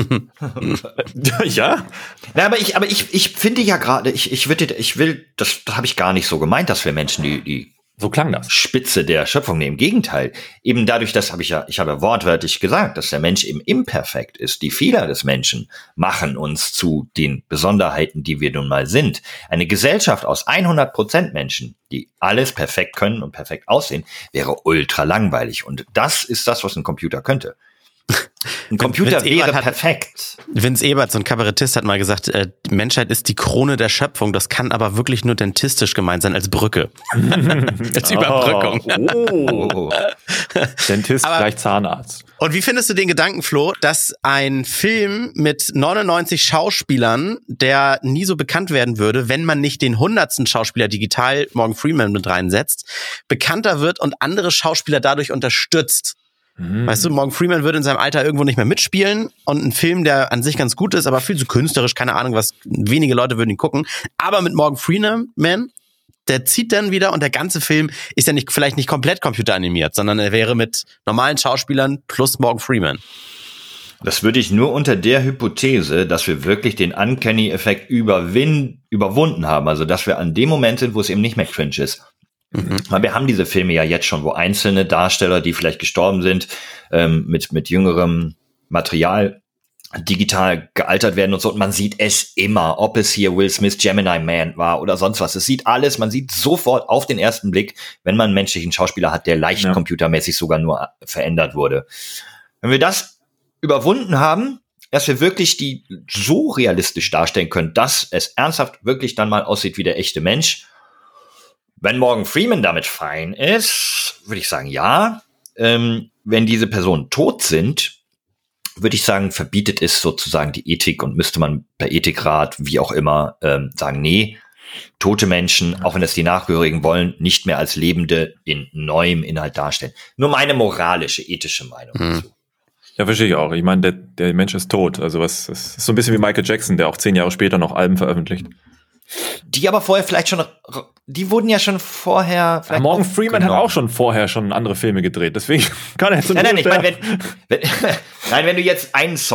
Speaker 3: Ja?
Speaker 4: Na, aber ich finde ja gerade, das habe ich gar nicht so gemeint, dass wir Menschen die
Speaker 3: so klang das.
Speaker 4: Spitze der Schöpfung nehmen. Im Gegenteil. Eben dadurch, ich habe wortwörtlich gesagt, dass der Mensch eben imperfekt ist. Die Fehler des Menschen machen uns zu den Besonderheiten, die wir nun mal sind. Eine Gesellschaft aus 100% Menschen, die alles perfekt können und perfekt aussehen, wäre ultra langweilig. Und das ist das, was ein Computer könnte. Ein Computer wäre perfekt.
Speaker 1: Vince Ebert, so ein Kabarettist, hat mal gesagt, die Menschheit ist die Krone der Schöpfung. Das kann aber wirklich nur dentistisch gemeint sein, als Brücke. Als Überbrückung.
Speaker 3: Oh. Dentist gleich Zahnarzt.
Speaker 1: Und wie findest du den Gedanken, Flo, dass ein Film mit 99 Schauspielern, der nie so bekannt werden würde, wenn man nicht den 100. Schauspieler digital Morgan Freeman mit reinsetzt, bekannter wird und andere Schauspieler dadurch unterstützt? Weißt du, Morgan Freeman würde in seinem Alter irgendwo nicht mehr mitspielen und ein Film, der an sich ganz gut ist, aber viel zu künstlerisch, keine Ahnung was, wenige Leute würden ihn gucken, aber mit Morgan Freeman, der zieht dann wieder und der ganze Film ist ja vielleicht nicht komplett computeranimiert, sondern er wäre mit normalen Schauspielern plus Morgan Freeman.
Speaker 4: Das würde ich nur unter der Hypothese, dass wir wirklich den Uncanny-Effekt überwunden haben, also dass wir an dem Moment sind, wo es eben nicht mehr cringe ist. Weil wir haben diese Filme ja jetzt schon, wo einzelne Darsteller, die vielleicht gestorben sind, mit jüngerem Material digital gealtert werden und so. Und man sieht es immer, ob es hier Will Smith Gemini Man war oder sonst was. Es sieht alles, man sieht sofort auf den ersten Blick, wenn man einen menschlichen Schauspieler hat, der leicht computermäßig sogar nur verändert wurde. Wenn wir das überwunden haben, dass wir wirklich die so realistisch darstellen können, dass es ernsthaft wirklich dann mal aussieht wie der echte Mensch. Wenn Morgan Freeman damit fein ist, würde ich sagen, ja. Wenn diese Personen tot sind, würde ich sagen, verbietet es sozusagen die Ethik und müsste man per Ethikrat, wie auch immer, sagen, nee, tote Menschen, auch wenn das die Nachgehörigen wollen, nicht mehr als Lebende in neuem Inhalt darstellen. Nur meine moralische, ethische Meinung dazu.
Speaker 3: Ja, verstehe ich auch. Ich meine, der Mensch ist tot. Also das ist so ein bisschen wie Michael Jackson, der auch 10 Jahre später noch Alben veröffentlicht.
Speaker 4: Die aber vorher vielleicht schon, die wurden ja schon vorher.
Speaker 3: Ja, Morgan Freeman hat auch schon vorher andere Filme gedreht, deswegen kann er jetzt so.
Speaker 4: Nein, ich meine, wenn du jetzt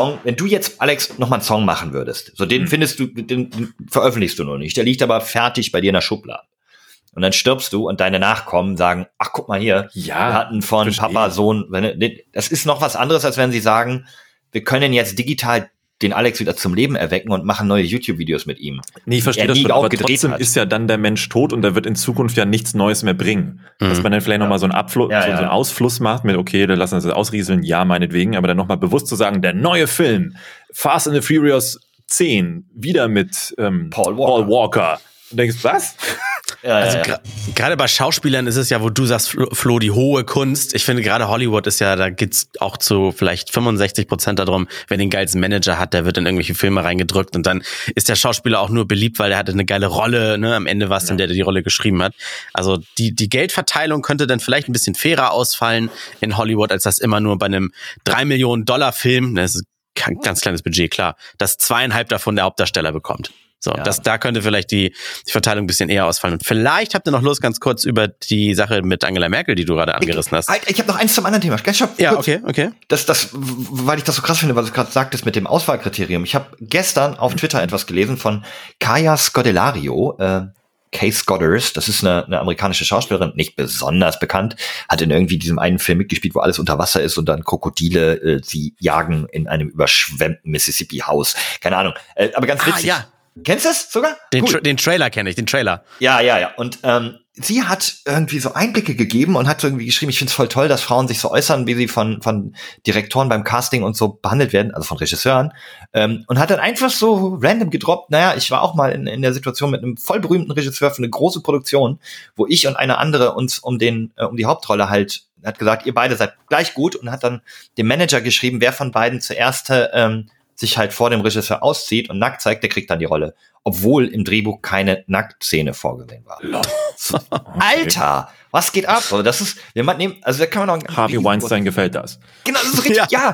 Speaker 4: Alex noch mal einen Song machen würdest, so den den veröffentlichst du noch nicht, der liegt aber fertig bei dir in der Schublade. Und dann stirbst du und deine Nachkommen sagen, ach guck mal hier, wir hatten von Papa, Sohn, das ist noch was anderes, als wenn sie sagen, wir können jetzt digital den Alex wieder zum Leben erwecken und machen neue YouTube-Videos mit ihm.
Speaker 3: Nee, ich verstehe das schon, aber trotzdem ist ja dann der Mensch tot und der wird in Zukunft ja nichts Neues mehr bringen. Dass man dann vielleicht nochmal so einen so einen Ausfluss macht mit, okay, dann lassen wir das ausrieseln, ja, meinetwegen, aber dann nochmal bewusst zu sagen, der neue Film, Fast and the Furious 10, wieder mit Paul Walker. Und denkst, was?
Speaker 1: Also gerade bei Schauspielern ist es ja, wo du sagst, Flo, die hohe Kunst. Ich finde gerade Hollywood ist ja, da geht's auch zu vielleicht 65% darum, wer den geilsten Manager hat, der wird in irgendwelche Filme reingedrückt und dann ist der Schauspieler auch nur beliebt, weil er hatte eine geile Rolle, ne? Am Ende war es dann der die Rolle geschrieben hat. Also die Geldverteilung könnte dann vielleicht ein bisschen fairer ausfallen in Hollywood, als das immer nur bei einem $3 Millionen Film, das ist ein ganz kleines Budget, klar, dass 2,5 davon der Hauptdarsteller bekommt. So, da könnte vielleicht die Verteilung ein bisschen eher ausfallen. Und vielleicht habt ihr noch Lust, ganz kurz über die Sache mit Angela Merkel, die du gerade angerissen hast.
Speaker 4: Ich habe noch eins zum anderen Thema.
Speaker 1: Ja, okay.
Speaker 4: Weil ich das so krass finde, was du gerade sagtest mit dem Auswahlkriterium. Ich habe gestern auf Twitter etwas gelesen von Kaya Scodelario, Kay Scodders, das ist eine amerikanische Schauspielerin, nicht besonders bekannt, hat in irgendwie diesem einen Film mitgespielt, wo alles unter Wasser ist und dann Krokodile sie jagen in einem überschwemmten Mississippi-Haus. Keine Ahnung, aber ganz witzig.
Speaker 1: Ja.
Speaker 4: Kennst du das sogar?
Speaker 1: Den Trailer kenne ich, den Trailer.
Speaker 4: Ja. Und sie hat irgendwie so Einblicke gegeben und hat so irgendwie geschrieben, ich finde es voll toll, dass Frauen sich so äußern, wie sie von Direktoren beim Casting und so behandelt werden, also von Regisseuren. Und hat dann einfach so random gedroppt, naja, ich war auch mal in der Situation mit einem voll berühmten Regisseur für eine große Produktion, wo ich und eine andere uns um die Hauptrolle halt, hat gesagt, ihr beide seid gleich gut und hat dann dem Manager geschrieben, wer von beiden zuerst sich halt vor dem Regisseur auszieht und nackt zeigt, der kriegt dann die Rolle. Obwohl im Drehbuch keine Nacktszene vorgesehen war. So, Alter, was geht ab? Also das ist, da kann man noch
Speaker 3: Harvey Weinstein gefällt das.
Speaker 4: Genau, das ist richtig, ja.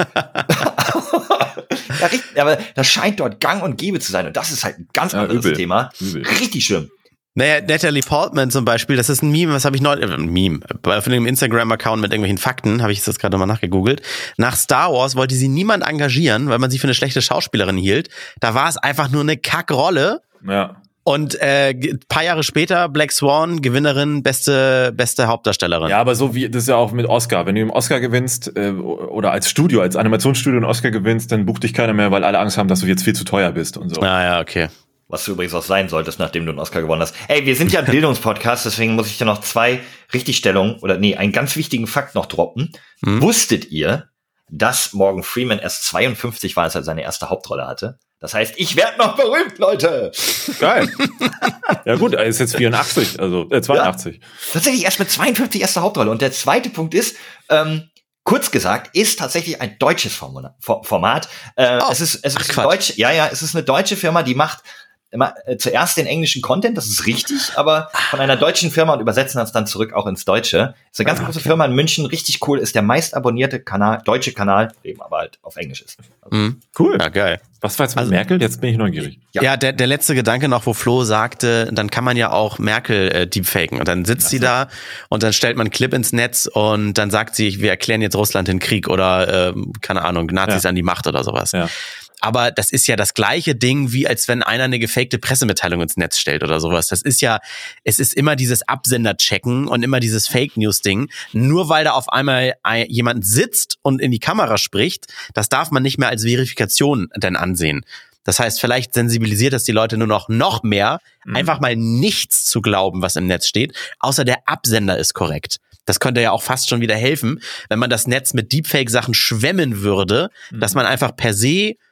Speaker 4: Aber das scheint dort gang und gäbe zu sein. Und das ist halt ein ganz anderes Thema. Übel. Richtig schlimm.
Speaker 1: Naja, Natalie Portman zum Beispiel, das ist ein Meme, was habe ich neulich, von dem Instagram-Account mit irgendwelchen Fakten, habe ich das gerade mal nachgegoogelt. Nach Star Wars wollte sie niemand engagieren, weil man sie für eine schlechte Schauspielerin hielt. Da war es einfach nur eine Kackrolle.
Speaker 3: Ja.
Speaker 1: Und paar Jahre später Black Swan, Gewinnerin, beste Hauptdarstellerin.
Speaker 3: Ja, aber so wie das ist ja auch mit Oscar. Wenn du im Oscar gewinnst oder als Animationsstudio einen Oscar gewinnst, dann bucht dich keiner mehr, weil alle Angst haben, dass du jetzt viel zu teuer bist und so.
Speaker 1: Ah ja, okay.
Speaker 4: Was du übrigens auch sein solltest, nachdem du einen Oscar gewonnen hast. Ey, wir sind ja ein Bildungspodcast, deswegen muss ich dir noch einen ganz wichtigen Fakt noch droppen. Wusstet ihr, dass Morgan Freeman erst 52 war, als er seine erste Hauptrolle hatte? Das heißt, ich werde noch berühmt, Leute!
Speaker 3: Geil. Ja gut, er ist jetzt 84, also 82.
Speaker 4: Ja, tatsächlich erst mit 52 erste Hauptrolle. Und der zweite Punkt ist, kurz gesagt, ist tatsächlich ein deutsches Format. Es ist eine deutsche Firma, die macht immer zuerst den englischen Content, das ist richtig, aber von einer deutschen Firma und übersetzen das dann zurück auch ins Deutsche. Ist eine ganz große Firma in München, richtig cool, ist der meist abonnierte deutsche Kanal, eben aber halt auf Englisch ist. Also,
Speaker 3: cool.
Speaker 1: Ja, geil.
Speaker 3: Was war jetzt mit Merkel? Jetzt bin ich neugierig.
Speaker 1: Ja, der letzte Gedanke noch, wo Flo sagte, dann kann man ja auch Merkel deepfaken und dann sitzt sie da und dann stellt man einen Clip ins Netz und dann sagt sie, wir erklären jetzt Russland den Krieg oder keine Ahnung, Nazis an die Macht oder sowas. Ja. Aber das ist ja das gleiche Ding, wie als wenn einer eine gefakte Pressemitteilung ins Netz stellt oder sowas. Das ist ja, es ist immer dieses Absender-Checken und immer dieses Fake-News-Ding. Nur weil da auf einmal jemand sitzt und in die Kamera spricht, das darf man nicht mehr als Verifikation dann ansehen. Das heißt, vielleicht sensibilisiert das die Leute nur noch mehr, einfach mal nichts zu glauben, was im Netz steht, außer der Absender ist korrekt. Das könnte ja auch fast schon wieder helfen, wenn man das Netz mit Deepfake-Sachen schwemmen würde, dass man einfach per se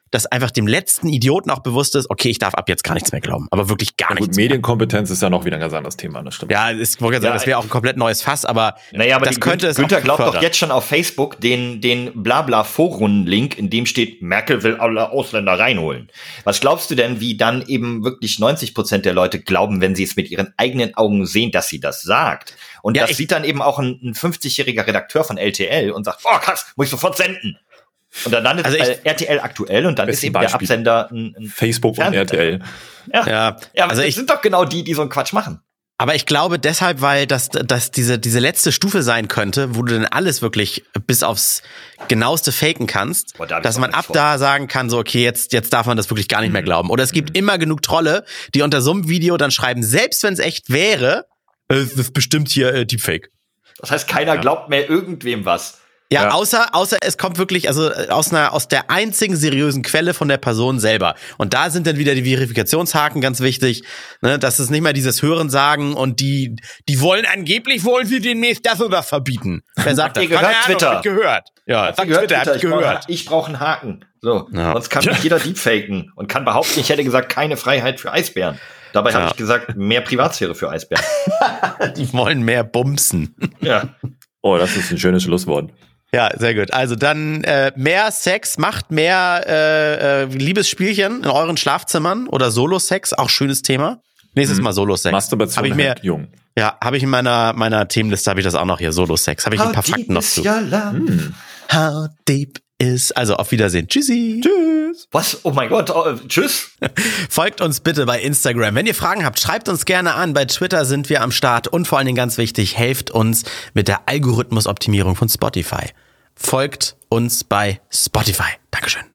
Speaker 1: dass einfach dem letzten Idioten auch bewusst ist, okay, ich darf ab jetzt gar nichts mehr glauben. Aber wirklich gar nichts
Speaker 3: mehr. Medienkompetenz ist ja noch wieder ein ganz anderes Thema, das stimmt.
Speaker 1: Ja, ich wollte sagen, das wäre auch ein komplett neues Fass, aber
Speaker 4: das könnte es Günther glaubt doch jetzt schon auf Facebook den Blabla-Foren-Link, in dem steht, Merkel will alle Ausländer reinholen. Was glaubst du denn, wie dann eben wirklich 90% der Leute glauben, wenn sie es mit ihren eigenen Augen sehen, dass sie das sagt? Und das sieht dann eben auch ein 50-jähriger Redakteur von RTL und sagt, oh krass, muss ich sofort senden. Und dann landet RTL aktuell und dann ist eben der Absender ein
Speaker 3: Facebook und RTL.
Speaker 4: Ja, also das sind doch genau die so einen Quatsch machen.
Speaker 1: Aber ich glaube deshalb, weil das diese letzte Stufe sein könnte, wo du dann alles wirklich bis aufs Genaueste faken kannst, dass man ab da sagen kann, so okay, jetzt darf man das wirklich gar nicht mehr glauben. Oder es gibt immer genug Trolle, die unter so einem Video dann schreiben, selbst wenn es echt wäre, das ist bestimmt hier Deepfake.
Speaker 4: Das heißt, keiner glaubt mehr irgendwem was.
Speaker 1: Ja, außer es kommt wirklich, also aus der einzigen seriösen Quelle von der Person selber. Und da sind dann wieder die Verifikationshaken ganz wichtig, ne, dass es nicht mehr dieses Hören sagen und die wollen sie demnächst das oder verbieten. Wer sagt das?
Speaker 4: Gehört Twitter.
Speaker 1: Gehört. Ja, sagt Twitter, hab ich gehört.
Speaker 4: Ich brauche einen Haken. So, sonst kann nicht jeder deepfaken und kann behaupten, ich hätte gesagt, keine Freiheit für Eisbären. Dabei habe ich gesagt, mehr Privatsphäre für Eisbären.
Speaker 1: Die wollen mehr bumsen.
Speaker 4: Ja.
Speaker 3: Oh, das ist ein schönes Schlusswort.
Speaker 1: Ja, sehr gut. Also dann mehr Sex, macht mehr Liebesspielchen in euren Schlafzimmern oder Solo-Sex, auch schönes Thema. Nächstes Mal Solo-Sex.
Speaker 3: Masturbation hält jung.
Speaker 1: Ja, habe ich in meiner Themenliste habe ich das auch noch hier, Solo-Sex. Habe ich ein paar Fakten noch zu. How deep is, also auf Wiedersehen. Tschüssi.
Speaker 4: Tschüss. Was? Oh mein Gott. Tschüss.
Speaker 1: Folgt uns bitte bei Instagram. Wenn ihr Fragen habt, schreibt uns gerne an. Bei Twitter sind wir am Start. Und vor allen Dingen ganz wichtig, helft uns mit der Algorithmusoptimierung von Spotify. Folgt uns bei Spotify. Dankeschön.